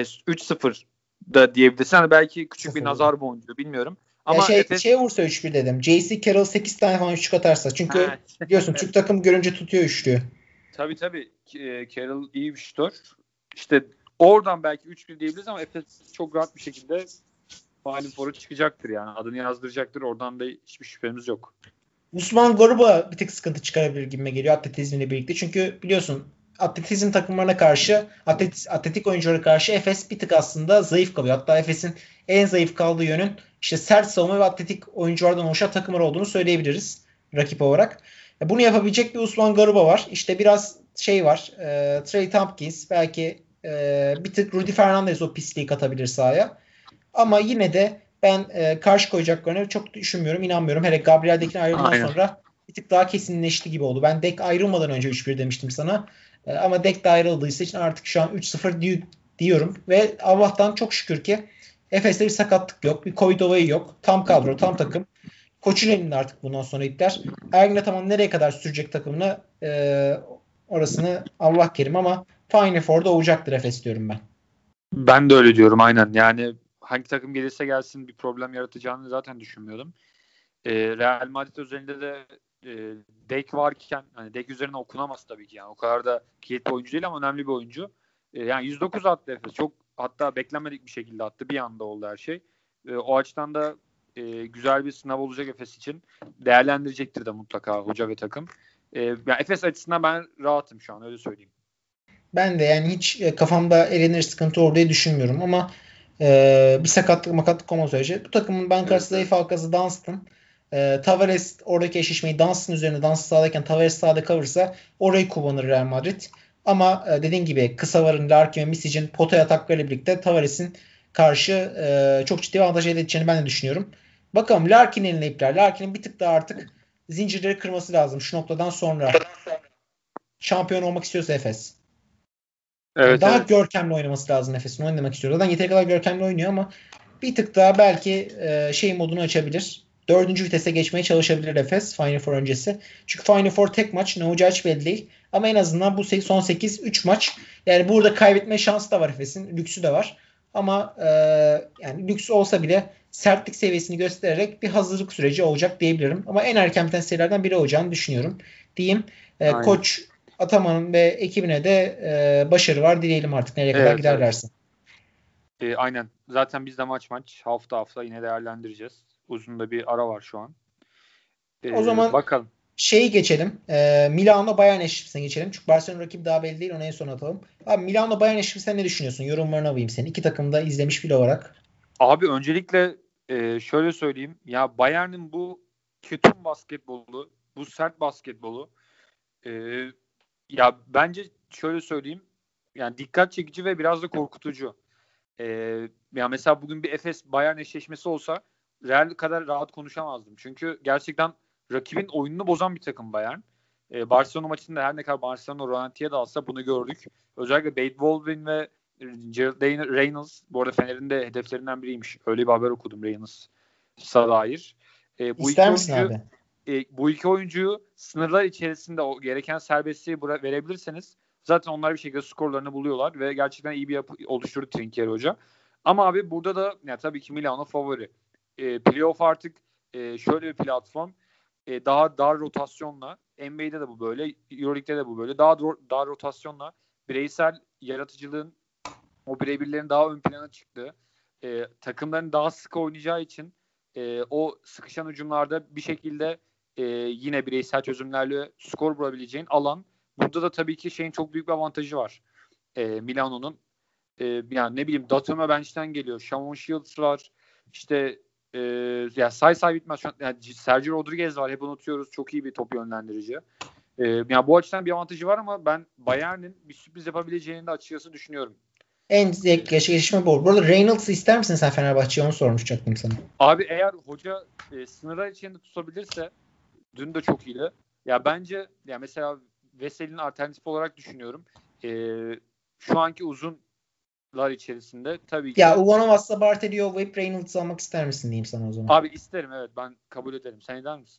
3-0 da diyebilirsin. Hani belki küçük bir nazar boncuğu bilmiyorum. Ama Ya Efes vursa 3-1 dedim. J.C. Carroll 8 tane falan üçlük atarsa. Çünkü biliyorsun Türk takım görünce tutuyor üçlüğü. Tabii. Carroll iyi bir şutör. İşte oradan belki 3-1 diyebiliriz ama Efes çok rahat bir şekilde Final Four'a çıkacaktır yani. Adını yazdıracaktır. Oradan da hiçbir şüphemiz yok. Usman Garuba bir tık sıkıntı çıkarabilir gibime geliyor atletizmle birlikte. Çünkü biliyorsun atletizm takımlarına karşı atletik oyunculara karşı Efes bir tık aslında zayıf kalıyor. Hatta Efes'in en zayıf kaldığı yönün işte sert savunma ve atletik oyunculardan oluşan takımlar olduğunu söyleyebiliriz rakip olarak. Bunu yapabilecek bir Usman Garuba var. İşte biraz var. Trey Tompkins belki bir tık Rudy Fernandez o pisliği katabilir sahaya. Ama yine de ben karşı koyacaklarını çok düşünmüyorum, inanmıyorum. Hele Gabriel Dek'in ayrılığından sonra bir tık daha kesinleşti gibi oldu. Ben Dek ayrılmadan önce 3-1 demiştim sana. Ama Dek de ayrıldıysa için artık şu an 3-0 diyorum. Ve Allah'tan çok şükür ki Efes'te bir sakatlık yok. Bir Covid olayı yok. Tam kadro, tam takım. Koçun elinde artık bundan sonra ipler. Ergin Ataman nereye kadar sürecek takımını orasını Allah kerim ama Final Four'da olacaktır Efes diyorum ben. Ben de öyle diyorum aynen. Yani hangi takım gelirse gelsin bir problem yaratacağını zaten düşünmüyordum. Real Madrid özelinde de Dek varken hani Dek üzerine okunamaz tabii ki yani. O kadar da kilit bir oyuncu değil ama önemli bir oyuncu. Yani 109 attı Efes. Çok hatta beklenmedik bir şekilde attı. Bir anda oldu her şey. O açıdan da güzel bir sınav olacak Efes için. Değerlendirecektir de mutlaka hoca ve takım. Yani Efes açısından ben rahatım şu an öyle söyleyeyim. Ben de yani hiç kafamda elenir sıkıntı olur diye düşünmüyorum ama bir sakatlık makatlık olma sürece bu takımın ben karşı zayıf halkası Dunstan. Tavares oradaki eşleşmeyi Dunstan üzerine Dunstan sahadayken Tavares sahada kalırsa orayı kullanır Real Madrid. Ama dediğin gibi kısa varın Larkin ve Misic'in potaya ataklarıyla birlikte Tavares'in karşı çok ciddi avantaj elde edeceğini ben de düşünüyorum. Bakalım Larkin eline ipler. Larkin'in bir tık daha artık zincirleri kırması lazım şu noktadan sonra. Şampiyon olmak istiyorsa Efes. Yani Evet daha evet. görkemli oynaması lazım Efes'in. Onu demek istiyorum. Zaten yeteri kadar görkemli oynuyor ama bir tık daha belki şey modunu açabilir. Dördüncü vitese geçmeye çalışabilir Efes Final Four öncesi. Çünkü Final Four tek maç. Ne olacağı hiç belli değil. Ama en azından bu son 8 3 maç. Yani burada kaybetme şansı da var Efes'in. Lüksü de var. Ama yani lüks olsa bile sertlik seviyesini göstererek bir hazırlık süreci olacak diyebilirim. Ama en erken biten serilerden biri olacağını düşünüyorum. Diyeyim. Aynen. Koç Ataman'ın ve ekibine de başarı var. Dileyelim artık nereye kadar Evet evet. giderlerse. Aynen. Zaten biz de maç hafta hafta yine değerlendireceğiz. Uzun da bir ara var şu an. O zaman Bakalım. şeyi geçelim. Milano Bayern eşleşmesine geçelim. Çünkü Barcelona rakibi daha belli değil. Onu en son atalım. Abi Milano Bayern eşleşmesine ne düşünüyorsun? Yorumlarını alayım senin. İki takım da izlemiş biri olarak. Abi öncelikle şöyle söyleyeyim. Ya Bayern'in bu ketum basketbolu, bu sert basketbolu e, ya bence şöyle söyleyeyim. Yani dikkat çekici ve biraz da korkutucu. E, Ya mesela bugün bir Efes Bayern eşleşmesi olsa Real kadar rahat konuşamazdım. Çünkü gerçekten rakibin oyununu bozan bir takım Bayern. Barcelona maçında her ne kadar Barcelona Rolanti'ye de alsa bunu gördük. Özellikle Wade Baldwin ve Gerald Reynolds bu arada Fener'in de hedeflerinden biriymiş. Öyle bir haber okudum Reynolds'a dair. Bu İster iki misin oyuncu abi? bu iki oyuncuyu sınırlar içerisinde o gereken serbestliği verebilirseniz zaten onlar bir şekilde skorlarını buluyorlar ve gerçekten iyi bir yapı oluşturdu Trinkieri Hoca. Ama abi burada da ya tabii ki Milano favori. Playoff artık şöyle bir platform. Daha dar rotasyonla NBA'de de bu böyle, EuroLeague'de de bu böyle. Daha dar rotasyonla bireysel yaratıcılığın o birebirlerin daha ön plana çıktığı, takımların daha sık oynayacağı için o sıkışan hücumlarda bir şekilde yine bireysel çözümlerle skor bulabileceğin alan. Burada da tabii ki şeyin çok büyük bir avantajı var. Milano'nun. Yani ne bileyim Datome bench'ten geliyor. Shavon Shields var. İşte ya say bitmez. Şu an, yani Sergio Rodriguez var. Hep unutuyoruz. Çok iyi bir top yönlendirici. Yani bu açıdan bir avantajı var ama ben Bayern'in bir sürpriz yapabileceğini de açıkçası düşünüyorum. En zevkli eşleşme bu. Burada Reynolds'ı ister misin sen Fenerbahçe'ye? Onu sormuşacaktım sana. Abi eğer hoca sınırlar içinde tutabilirse dün de çok iyiydi. Ya bence ya mesela Veseli'nin alternatif olarak düşünüyorum. E, Şu anki uzunlar içerisinde tabii Ya ki Ulanovas'la Bartel'i yollayıp Reynolds'ı almak ister misin diyeyim sana o zaman. abi isterim evet ben kabul ederim. Sen eder misin?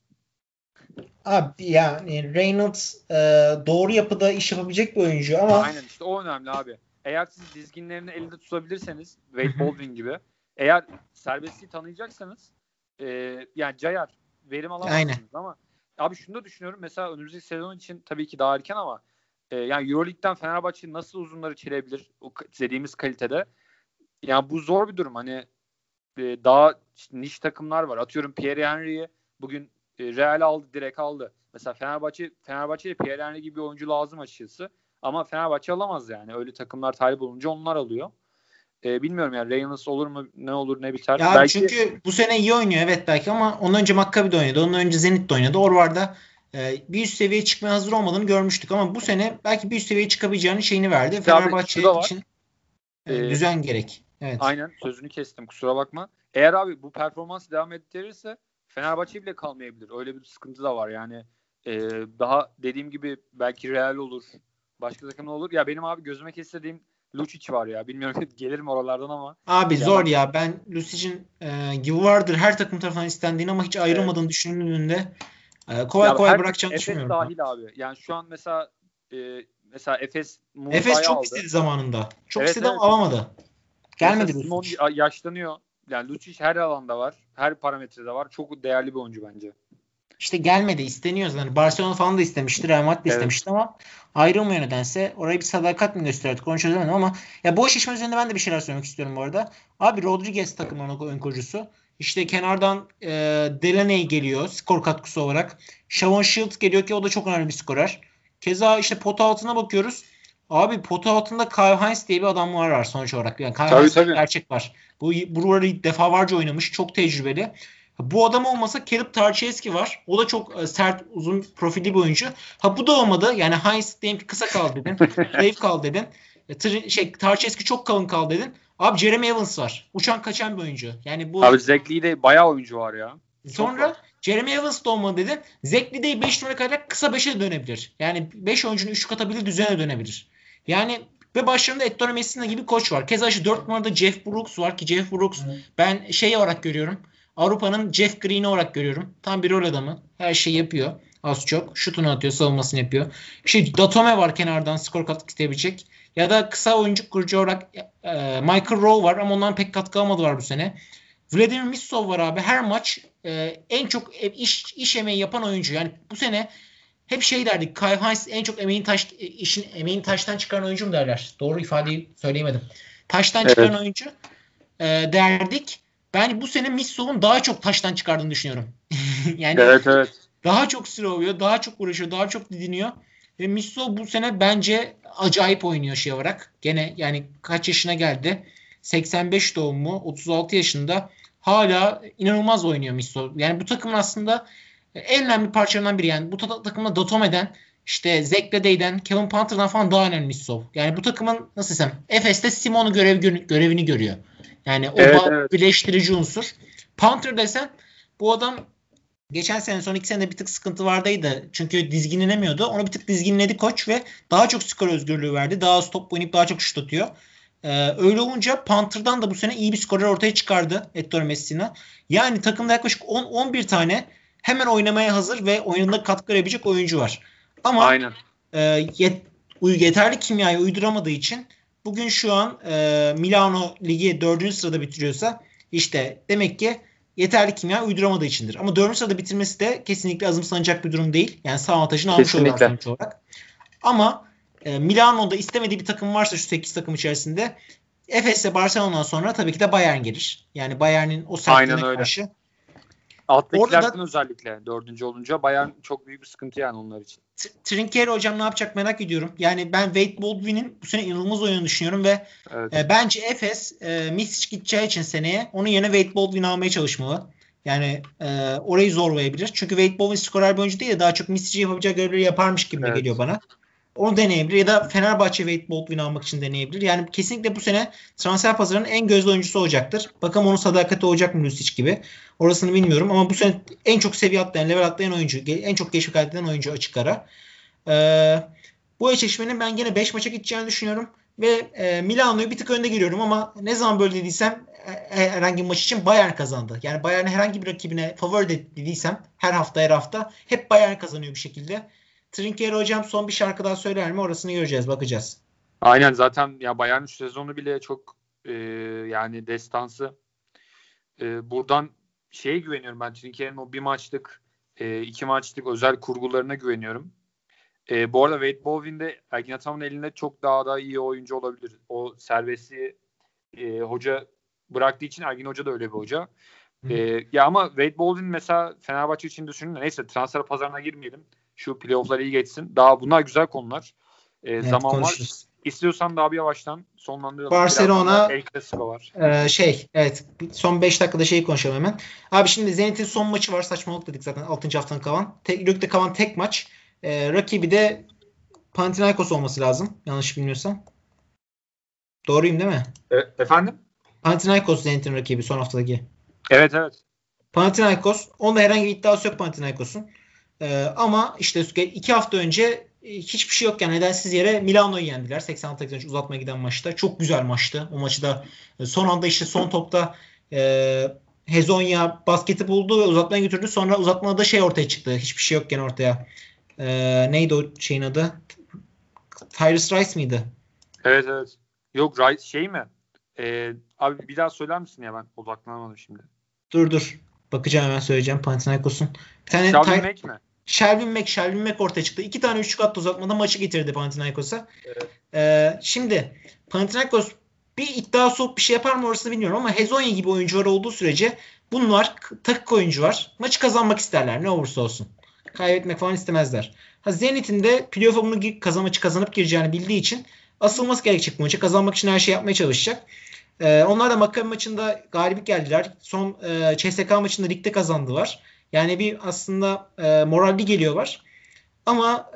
Abi yani Reynolds doğru yapıda iş yapabilecek bir oyuncu ama Aynen işte o önemli abi. Eğer siz dizginlerini elinde tutabilirseniz Wade Baldwin gibi eğer serbestliği tanıyacaksanız yani cayar verim aynen. alamazsınız ama abi şunu da düşünüyorum mesela önümüzdeki sezon için tabii ki daha erken ama yani Euroleague'den Fenerbahçe nasıl uzunları çilebilir o dediğimiz kalitede yani bu zor bir durum hani daha işte niş takımlar var atıyorum Pierre Henry'i bugün Real aldı direkt aldı mesela Fenerbahçe'ye Pierre Henry gibi bir oyuncu lazım açıkçası ama Fenerbahçe alamaz yani öyle takımlar talip olunca onlar alıyor bilmiyorum yani Reynolds olur mu ne olur ne biter Ya abi belki çünkü bu sene iyi oynuyor evet belki ama ondan önce Maccabi'de oynadı. Ondan önce Zenit'te oynadı. Orvar'da bir üst seviyeye çıkmaya hazır olmadığını görmüştük ama bu sene belki bir üst seviyeye çıkabileceğinin şeyini verdi. işte abi şu Fenerbahçe da var için e, düzen gerek. Evet. aynen sözünü kestim kusura bakma. Eğer abi bu performans devam ettirirse Fenerbahçe bile kalmayabilir. Öyle bir sıkıntı da var. Yani daha dediğim gibi belki Real olur. Başka takım olur. Ya benim abi gözüme kestirdiğim Lucic var ya. Bilmiyorum gelir mi oralardan ama. Abi zor ya. Ben Lucic'in yıllardır her takım tarafından istendiğini ama hiç ayrılmadığını düşündüğünde kolay kolay bırakacağını düşünmüyorum. Efes dahil abi. Yani şu an mesela Efes çok aldı. istedi zamanında. Çok istedi ama alamadı. Gelmedi Simon yaşlanıyor. Yani Lucic her alanda var. Her parametrede var. Çok değerli bir oyuncu bence. İşte gelmedi. İsteniyor zaten. Barcelona falan da istemişti. Real Madrid de istemişti ama ayrılmıyor nedense. Oraya bir sadakat mi gösterdik? Onu çözemedim ama ya bu eşleşme üzerinde ben de bir şeyler söylemek istiyorum bu arada. Abi Rodriguez takımının ön kurucusu. İşte kenardan Delaney geliyor skor katkısı olarak. Shavon Shields geliyor ki o da çok önemli bir skorer. Keza işte pota altına bakıyoruz. Abi pota altında Kyle Hines diye bir adam var sonuç olarak. Yani Kyle Hines'te gerçek var. Buraları defalarca oynamış. Çok tecrübeli. Bu adam olmasa Caleb Tarczyński var. O da çok sert, uzun profilli bir oyuncu. Bu da olmadı. Yani Hines diyelim ki kısa kaldı dedin. Zayıf kaldı dedin. Tarczyński çok kalın kaldı dedin. Abi Jeremy Evans var. Uçan kaçan bir oyuncu. Yani bu abi Zekli'de bayağı oyuncu var ya. Sonra Jeremy Evans da olmadı dedin. Zekli'de 5 numara kadar kısa 5'e dönebilir. Yani 5 oyuncunun 3'lük atabilir, düzene dönebilir. Yani ve başlarında Ettore Messina gibi koç var. Keza işte 4 numarada Jeff Brooks var ki Jeff Brooks ben olarak görüyorum. Avrupa'nın Jeff Green'i olarak görüyorum. Tam bir rol adamı. Her şeyi yapıyor. Az çok. Şutunu atıyor. Savunmasını yapıyor. Datome var kenardan skor katkı isteyebilecek. Ya da kısa oyuncu kurucu olarak Michael Rowe var ama ondan pek katkı almadılar bu sene. Vladimir Missov var abi. Her maç en çok iş emeği yapan oyuncu. Yani bu sene hep derdik. Kyle Hines en çok emeğini taştan çıkaran oyuncu mu derler? Doğru ifadeyi söyleyemedim. Taştan çıkaran oyuncu derdik. Ben bu sene Missov'un daha çok taştan çıkardığını düşünüyorum. Yani evet. Daha çok süre oluyor, daha çok uğraşıyor, daha çok didiniyor. Ve Missov bu sene bence acayip oynuyor olarak. Gene yani kaç yaşına geldi? 85 doğumlu, 36 yaşında. Hala inanılmaz oynuyor Missov. Yani bu takımın aslında en önemli parçalarından biri. Yani bu takımda Datome'den, işte Zekledey'den, Kevin Panther'dan falan daha önemli Missov. Yani bu takımın nasıl desem Efes'te Simon'u görevini görüyor. Yani o birleştirici unsur. Panther desen bu adam geçen sene son 2 senede bir tık sıkıntı vardıydı. Çünkü dizginlenemiyordu. Onu bir tık dizginledi koç ve daha çok skor özgürlüğü verdi. Daha az top oynayıp daha çok şut atıyor. Öyle olunca Panther'dan da bu sene iyi bir skorer ortaya çıkardı Ettore Messina. Yani takımda yaklaşık 10-11 tane hemen oynamaya hazır ve oyununda katkı verebilecek oyuncu var. Ama yeterli kimyayı uyduramadığı için bugün şu an Milano Ligi 4. sırada bitiriyorsa işte demek ki yeterli kimya uyduramadığı içindir. Ama 4. sırada bitirmesi de kesinlikle azımsanacak bir durum değil. Yani sağ avantajını almış oluyor sonuç olarak. Ama Milano'da istemediği bir takım varsa şu 8 takım içerisinde Efes'le Barcelona'dan sonra tabii ki de Bayern gelir. Yani Bayern'in o sertliğine karşı. Alttakilerden özellikle 4. olunca Bayern çok büyük bir sıkıntı yani onlar için. Trinkieri hocam ne yapacak merak ediyorum. Yani ben Wade Baldwin'in bu sene inanılmaz oyunu düşünüyorum ve bence Efes Misic gideceği için seneye onun yerine Wade Baldwin almaya çalışmalı. Yani orayı zorlayabilir. Çünkü Wade Baldwin skorer bir oyuncu değil de daha çok Misic'i yapacağı görevleri yaparmış gibi geliyor bana. Onu deneyebilir ya da Fenerbahçe Wade Baldwin'i almak için deneyebilir. Yani kesinlikle bu sene transfer pazarının en gözde oyuncusu olacaktır. Bakalım onun sadakati olacak mı Lucic gibi. Orasını bilmiyorum ama bu sene en çok seviye atlayan, level atlayan oyuncu, en çok geçme kaydeden oyuncu açık ara. Bu eşleşmenin ben gene 5 maça gideceğini düşünüyorum. Ve Milano'yu bir tık önde giriyorum ama ne zaman böyle dediysem herhangi bir maç için Bayern kazandı. Yani Bayern'e herhangi bir rakibine favori dediysem her hafta hep Bayern kazanıyor bir şekilde. Trinkieri hocam son bir şarkı daha söyler mi? Orasını göreceğiz. Bakacağız. Aynen zaten ya Bayern'in şu sezonu bile çok yani destansı. Buradan güveniyorum ben. Trinkieri'nin o 1 maçlık 2 maçlık özel kurgularına güveniyorum. Bu arada Wade Baldwin de Ergin Ataman'ın elinde çok daha iyi oyuncu olabilir. O serbesti hoca bıraktığı için Ergin Hoca da öyle bir hoca. Ya ama Wade Baldwin mesela Fenerbahçe için düşünün. Neyse transfer pazarına girmeyelim. Şu playoff'lar iyi geçsin. Daha bunlar güzel konular. Zaman konuşuruz. Var. İstiyorsan daha bir yavaştan sonlandıralım. Barcelona El Clasico var. Evet. Son 5 dakikada konuşalım hemen. Abi şimdi Zenit'in son maçı var. Saçmalık dedik zaten 6. haftanın kalan. Ligde kalan tek maç. Rakibi de Panathinaikos olması lazım. Yanlış bilmiyorsam. Doğruyum değil mi? Efendim? Panathinaikos Zenit'in rakibi son haftadaki. Evet. Panathinaikos. Onda herhangi bir iddiası yok Panathinaikos'un. Ama işte 2 hafta önce hiçbir şey yokken nedensiz yere Milano'yu yendiler. 86-83 uzatmaya giden maçta. Çok güzel maçtı. O maçı da son anda işte son topta Hezonja basketi buldu ve uzatmaya götürdü. Sonra uzatmada da şey ortaya çıktı. Hiçbir şey yokken ortaya. Neydi o şeyin adı? Tyrese Rice miydi? Evet. Yok Rice şey mi? Abi bir daha söyler misin ya, ben odaklanamadım şimdi. Dur. Bakacağım, hemen söyleyeceğim. Panathinaikos'un. Bir tane Shelvin Mack mi? Shelvin Mack ortaya çıktı. 2 tane üçlük attı uzatmada, maçı getirdi Panathinaikos'a. Evet. Şimdi Panathinaikos bir iddia soğuk bir şey yapar mı orasını bilmiyorum ama Hezonja gibi oyuncular olduğu sürece bunlar takık oyuncu var. Maçı kazanmak isterler ne olursa olsun. Kaybetmek falan istemezler. Zenit'in de playoff'a bunu maçı kazanıp gireceğini bildiği için asılması gerekecek bu maçı. Kazanmak için her şeyi yapmaya çalışacak. Onlar da Maccabi maçında galip geldiler. Son CSK maçında ligde kazandılar. Yani bir aslında moralli geliyorlar. Ama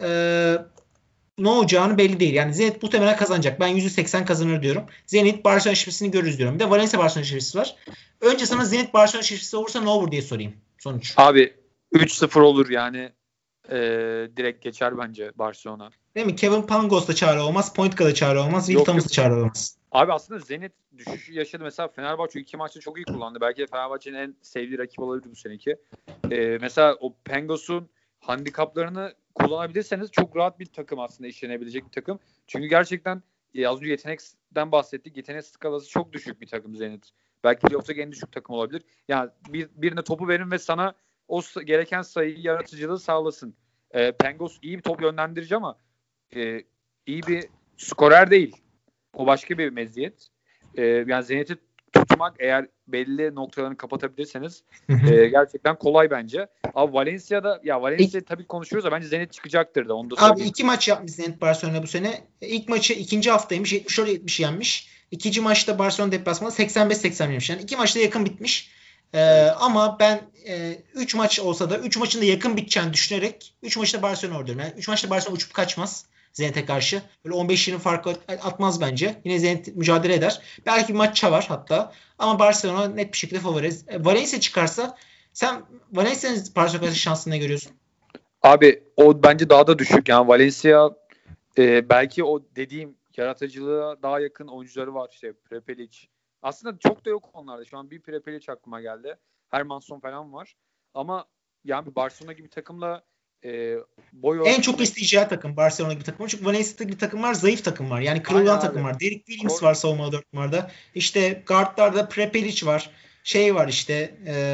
ne olacağını belli değil. Yani Zenit muhtemelen kazanacak. Ben %80 kazanır diyorum. Zenit Barcelona eşleşmesini görürüz diyorum. Bir de Valencia Barcelona eşleşmesi var. Önce sana Zenit Barcelona eşleşmesi olursa ne olur diye sorayım. Sonuç. Abi 3-0 olur yani. Direkt geçer bence Barcelona. Değil mi? Kevin Pangos'ta çare olmaz. Pointka'da çare olmaz. Will Thomas'ta çare olmaz. Abi aslında Zenit düşüşü yaşadı. Mesela Fenerbahçe 2 maçta çok iyi kullandı. Belki de Fenerbahçe'nin en sevdiği rakip olabilir bu seneki. Mesela o Pangos'un handikaplarını kullanabilirseniz çok rahat bir takım, aslında işlenebilecek bir takım. Çünkü gerçekten az önce yetenekten bahsettik. Yetenek skalası çok düşük bir takım Zenit. Belki playoff'taki en düşük takım olabilir. Yani birine topu verin ve sana o gereken sayıyı, yaratıcılığı sağlasın. Pangos iyi bir top yönlendirici ama iyi bir skorer değil. O başka bir meziyet. Yani Zenit'i tutmak, eğer belli noktalarını kapatabilirseniz gerçekten kolay bence. Abi Valencia'da, ya Valencia tabii konuşuyoruz da bence Zenit çıkacaktır da, onu da söyleyeyim. Abi 2 maç yapmış Zenit Barcelona bu sene. İlk maçı ikinci haftaymış. 70-70 yenmiş. İkinci maçta Barcelona deplasmanı 85-80 yenmiş. Yani 2 maçta yakın bitmiş. Ama ben 3 maç olsa da 3 maçın da yakın biteceğini düşünerek 3 maçta Barcelona diyorum. Yani 3 maçta Barcelona uçup kaçmaz Zenit'e karşı. Böyle 15-20 fark atmaz bence. Yine Zenit mücadele eder. Belki bir maç çalar hatta. Ama Barcelona net bir şekilde favori. Valencia çıkarsa, sen Valencia'nın Barcelona şansını ne görüyorsun? Abi o bence daha da düşük. Yani Valencia belki o dediğim yaratıcılığa daha yakın oyuncuları var. İşte Prepelic. Aslında çok da yok onlarda. Şu an bir Prepelic aklıma geldi. Hermanson falan var. Ama yani Barcelona gibi takımla boy en çok isteyeceği takım Barcelona gibi takım. Çünkü Valencia gibi takım var, zayıf takım var. Yani kırılgan takım var. Derek Williams var savunma 4 numarada. İşte guardlarda Prepelic var. Şey var işte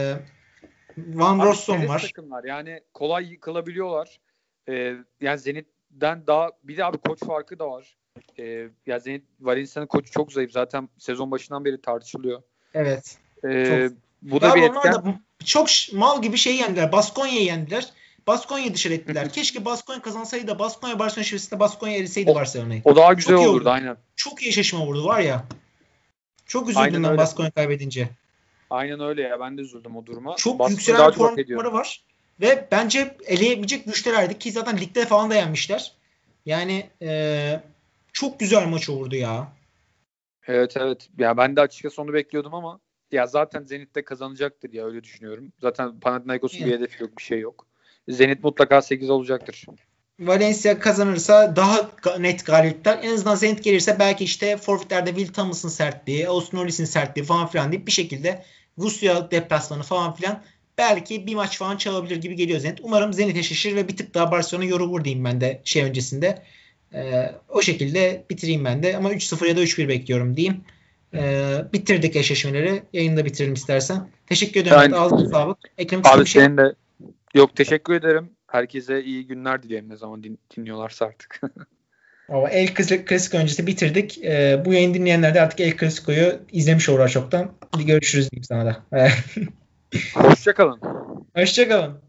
Van Rossum var. Takımlar. Yani kolay yıkılabiliyorlar. Yani Zenit'den daha, bir de abi koç farkı da var. Ya Zenit, Valencia'nın koçu çok zayıf. Zaten sezon başından beri tartışılıyor. Evet. Bu da bir etken. Da çok mal gibi şey yendiler. Baskonya'yı yendiler. Baskonya'yı dışarı ettiler. Keşke Baskonya kazansaydı da Baskonya Barcelona şivesinde Baskonya eriseydi Barcelona'yı. O daha güzel olurdu aynen. Çok iyi şaşırma vurdu var ya. Çok üzüldüm ben Baskonya kaybedince. Aynen öyle ya, ben de üzüldüm o duruma. Çok Baskonya yükselen bir formları var. Ve bence eleyebilecek güçtelerdi ki zaten ligde falan da yenmişler. Yani çok güzel maç olurdu ya. Evet. Ya ben de açıkçası onu bekliyordum ama ya zaten Zenit de kazanacaktır ya, öyle düşünüyorum. Zaten Panathinaikos'un bir hedefi yok, bir şey yok. Zenit mutlaka 8 olacaktır. Valencia kazanırsa daha net galipler. En azından Zenit gelirse belki işte forvetlerde Will Thomas'ın sertliği, Austin Norris'in sertliği falan filan deyip bir şekilde Rusya deplasmanı falan filan belki bir maç falan çalabilir gibi geliyor Zenit. Umarım Zenit'e şaşırır ve bir tık daha Barcelona yorulur diyeyim ben de öncesinde. O şekilde bitireyim ben de. Ama 3-0 ya da 3-1 bekliyorum diyeyim. Bitirdik eşleşmeleri. Yayını da bitirelim istersen. Teşekkür ederim. Ağzına sağlık. Eklemek istediğim bir şey. Senin de. Yok, teşekkür ederim. Herkese iyi günler dilerim ne zaman dinliyorlarsa artık. El Clasico öncesi bitirdik. Bu yayını dinleyenler de artık El Clasico'yu izlemiş olurlar çoktan. Hadi görüşürüz diyeyim sana da. Hoşçakalın. Hoşçakalın.